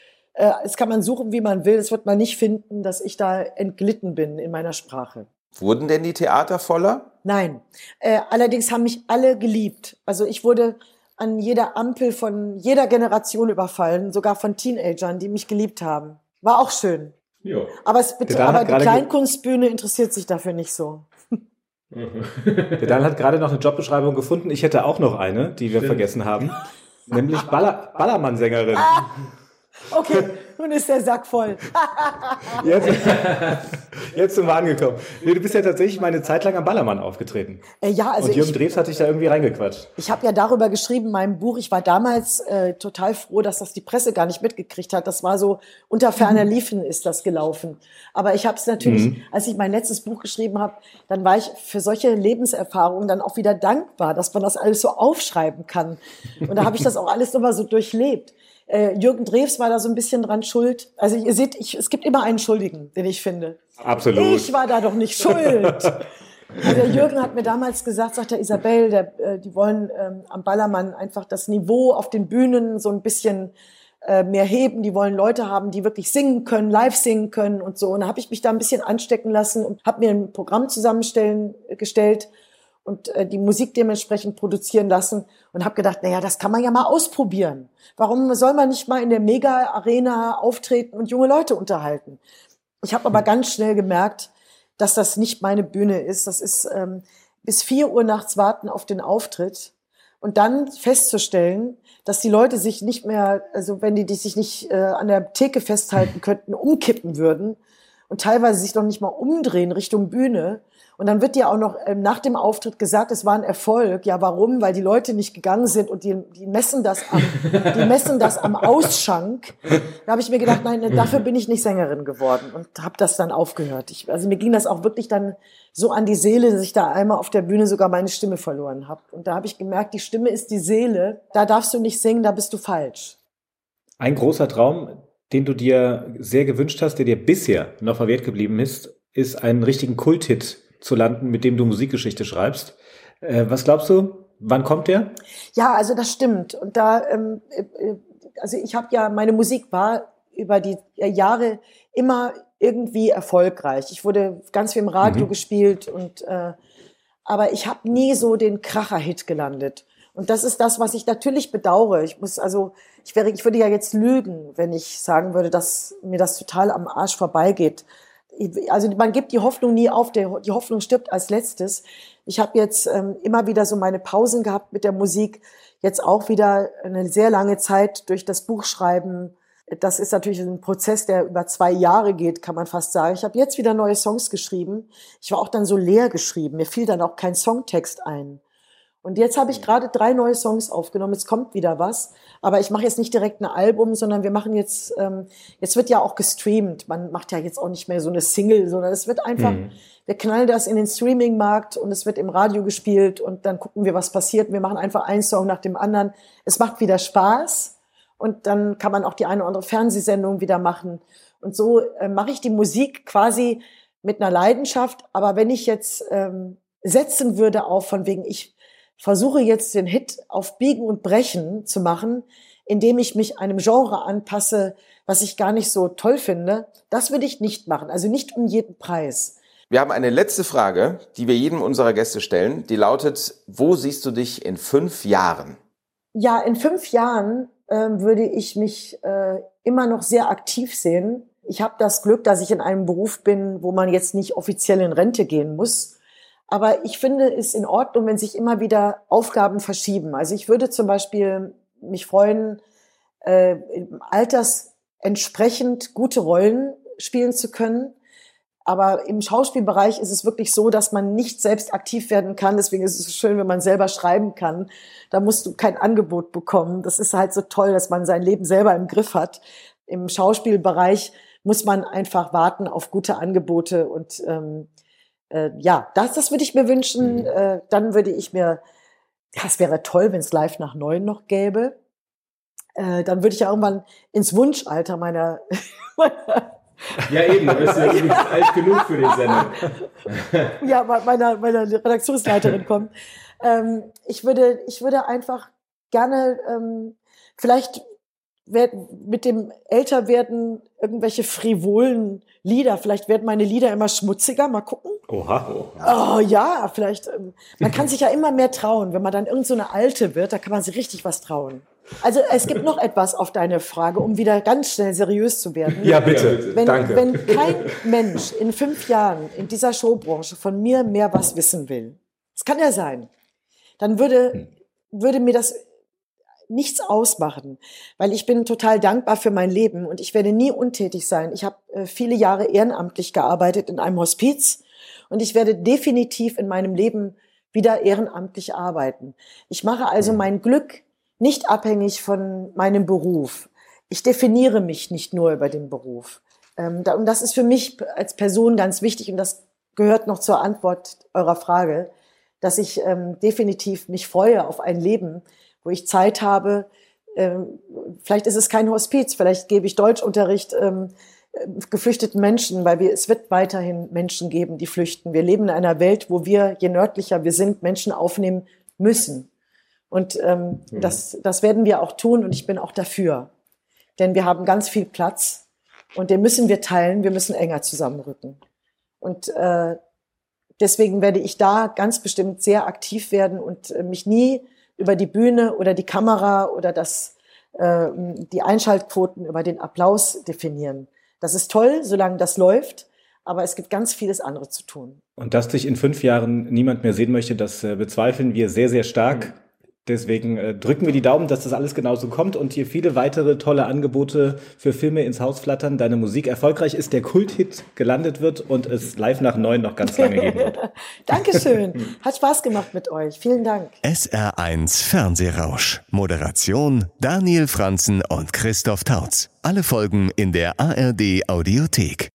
es kann man suchen, wie man will. Es wird man nicht finden, dass ich da entglitten bin in meiner Sprache. Wurden denn die Theater voller? Nein. Allerdings haben mich alle geliebt. Also ich wurde an jeder Ampel von jeder Generation überfallen, sogar von Teenagern, die mich geliebt haben. War auch schön. Jo. Aber die Kleinkunstbühne interessiert sich dafür nicht so. Der Dan hat gerade noch eine Jobbeschreibung gefunden. Ich hätte auch noch eine, die wir vergessen haben. Nämlich Ballermann-Sängerin. Okay, nun ist der Sack voll. Jetzt sind wir angekommen. Nee, du bist ja tatsächlich mal eine Zeit lang am Ballermann aufgetreten. Ja, also und Jürgen Drews hat dich da irgendwie reingequatscht. Ich habe ja darüber geschrieben in meinem Buch. Ich war damals total froh, dass das die Presse gar nicht mitgekriegt hat. Das war so, unter ferner Liefen ist das gelaufen. Aber ich habe es natürlich, als ich mein letztes Buch geschrieben habe, dann war ich für solche Lebenserfahrungen dann auch wieder dankbar, dass man das alles so aufschreiben kann. Und da habe ich das auch alles nochmal so durchlebt. Jürgen Drews war da so ein bisschen dran schuld. Also ihr seht, es gibt immer einen Schuldigen, den ich finde. Absolut. Ich war da doch nicht schuld. Also Jürgen hat mir damals gesagt, sagt der Isabel, die wollen am Ballermann einfach das Niveau auf den Bühnen so ein bisschen mehr heben. Die wollen Leute haben, die wirklich singen können, live singen können und so. Und da habe ich mich da ein bisschen anstecken lassen und habe mir ein Programm gestellt und die Musik dementsprechend produzieren lassen und habe gedacht, naja, das kann man ja mal ausprobieren. Warum soll man nicht mal in der Mega-Arena auftreten und junge Leute unterhalten? Ich habe aber ganz schnell gemerkt, dass das nicht meine Bühne ist. Das ist bis 4 Uhr nachts warten auf den Auftritt und dann festzustellen, dass die Leute sich nicht mehr, also wenn die sich nicht an der Theke festhalten könnten, umkippen würden und teilweise sich noch nicht mal umdrehen Richtung Bühne. Und dann wird dir auch noch nach dem Auftritt gesagt, es war ein Erfolg. Ja, warum? Weil die Leute nicht gegangen sind und die messen das am Ausschank. Da habe ich mir gedacht, nein, dafür bin ich nicht Sängerin geworden und habe das dann aufgehört. Also mir ging das auch wirklich dann so an die Seele, dass ich da einmal auf der Bühne sogar meine Stimme verloren habe. Und da habe ich gemerkt, die Stimme ist die Seele. Da darfst du nicht singen, da bist du falsch. Ein großer Traum, den du dir sehr gewünscht hast, der dir bisher noch verwehrt geblieben ist einen richtigen Kulthit zu landen, mit dem du Musikgeschichte schreibst. Was glaubst du? Wann kommt der? Ja, also das stimmt. Und da, also ich habe ja, meine Musik war über die Jahre immer irgendwie erfolgreich. Ich wurde ganz viel im Radio gespielt aber ich habe nie so den Kracher-Hit gelandet. Und das ist das, was ich natürlich bedauere. Ich würde ja jetzt lügen, wenn ich sagen würde, dass mir das total am Arsch vorbeigeht. Also man gibt die Hoffnung nie auf, die Hoffnung stirbt als letztes. Ich habe jetzt immer wieder so meine Pausen gehabt mit der Musik, jetzt auch wieder eine sehr lange Zeit durch das Buchschreiben. Das ist natürlich ein Prozess, der über 2 Jahre geht, kann man fast sagen. Ich habe jetzt wieder neue Songs geschrieben. Ich war auch dann so leer geschrieben. Mir fiel dann auch kein Songtext ein. Und jetzt habe ich gerade 3 neue Songs aufgenommen. Jetzt kommt wieder was. Aber ich mache jetzt nicht direkt ein Album, sondern wir machen jetzt wird ja auch gestreamt. Man macht ja jetzt auch nicht mehr so eine Single, sondern es wird einfach, wir knallen das in den Streaming-Markt und es wird im Radio gespielt und dann gucken wir, was passiert. Wir machen einfach einen Song nach dem anderen. Es macht wieder Spaß und dann kann man auch die eine oder andere Fernsehsendung wieder machen. Und so mache ich die Musik quasi mit einer Leidenschaft. Aber wenn ich jetzt setzen würde auf von wegen, ich versuche jetzt den Hit auf Biegen und Brechen zu machen, indem ich mich einem Genre anpasse, was ich gar nicht so toll finde. Das würde ich nicht machen, also nicht um jeden Preis. Wir haben eine letzte Frage, die wir jedem unserer Gäste stellen. Die lautet, wo siehst du dich in 5 Jahren? Ja, in 5 Jahren würde ich mich immer noch sehr aktiv sehen. Ich habe das Glück, dass ich in einem Beruf bin, wo man jetzt nicht offiziell in Rente gehen muss. Aber ich finde es in Ordnung, wenn sich immer wieder Aufgaben verschieben. Also ich würde zum Beispiel mich freuen, altersentsprechend gute Rollen spielen zu können. Aber im Schauspielbereich ist es wirklich so, dass man nicht selbst aktiv werden kann. Deswegen ist es schön, wenn man selber schreiben kann. Da musst du kein Angebot bekommen. Das ist halt so toll, dass man sein Leben selber im Griff hat. Im Schauspielbereich muss man einfach warten auf gute Angebote und das würde ich mir wünschen. Dann würde ich mir, es wäre toll, wenn es Live nach 9 noch gäbe. Dann würde ich ja irgendwann ins Wunschalter meiner ja eben, du bist ja nicht alt genug für den Sender. Ja, meiner Redaktionsleiterin kommen. Ich würde einfach gerne vielleicht mit dem Älterwerden irgendwelche frivolen Lieder. Vielleicht werden meine Lieder immer schmutziger. Mal gucken. Oha. Oh ja, vielleicht. Man kann sich ja immer mehr trauen. Wenn man dann irgend so eine Alte wird, da kann man sich richtig was trauen. Also es gibt noch etwas auf deine Frage, um wieder ganz schnell seriös zu werden. Ja, bitte. Danke. Wenn kein Mensch in 5 Jahren in dieser Showbranche von mir mehr was wissen will, das kann ja sein, dann würde mir das nichts ausmachen, weil ich bin total dankbar für mein Leben und ich werde nie untätig sein. Ich habe viele Jahre ehrenamtlich gearbeitet in einem Hospiz und ich werde definitiv in meinem Leben wieder ehrenamtlich arbeiten. Ich mache also mein Glück nicht abhängig von meinem Beruf. Ich definiere mich nicht nur über den Beruf. Und das ist für mich als Person ganz wichtig und das gehört noch zur Antwort eurer Frage, dass ich definitiv mich freue auf ein Leben, wo ich Zeit habe. Vielleicht ist es kein Hospiz, vielleicht gebe ich Deutschunterricht geflüchteten Menschen, weil es wird weiterhin Menschen geben, die flüchten. Wir leben in einer Welt, wo wir, je nördlicher wir sind, Menschen aufnehmen müssen. Und das werden wir auch tun und ich bin auch dafür. Denn wir haben ganz viel Platz und den müssen wir teilen, wir müssen enger zusammenrücken. Und deswegen werde ich da ganz bestimmt sehr aktiv werden und mich nie über die Bühne oder die Kamera oder die Einschaltquoten über den Applaus definieren. Das ist toll, solange das läuft, aber es gibt ganz vieles andere zu tun. Und dass dich in 5 Jahren niemand mehr sehen möchte, das bezweifeln wir sehr, sehr stark. Deswegen drücken wir die Daumen, dass das alles genauso kommt und hier viele weitere tolle Angebote für Filme ins Haus flattern, deine Musik erfolgreich ist, der Kulthit gelandet wird und es Live nach 9 noch ganz lange geben wird. Dankeschön. Hat Spaß gemacht mit euch. Vielen Dank. SR1 Fernsehrausch. Moderation Daniel Franzen und Christoph Tautz. Alle Folgen in der ARD Audiothek.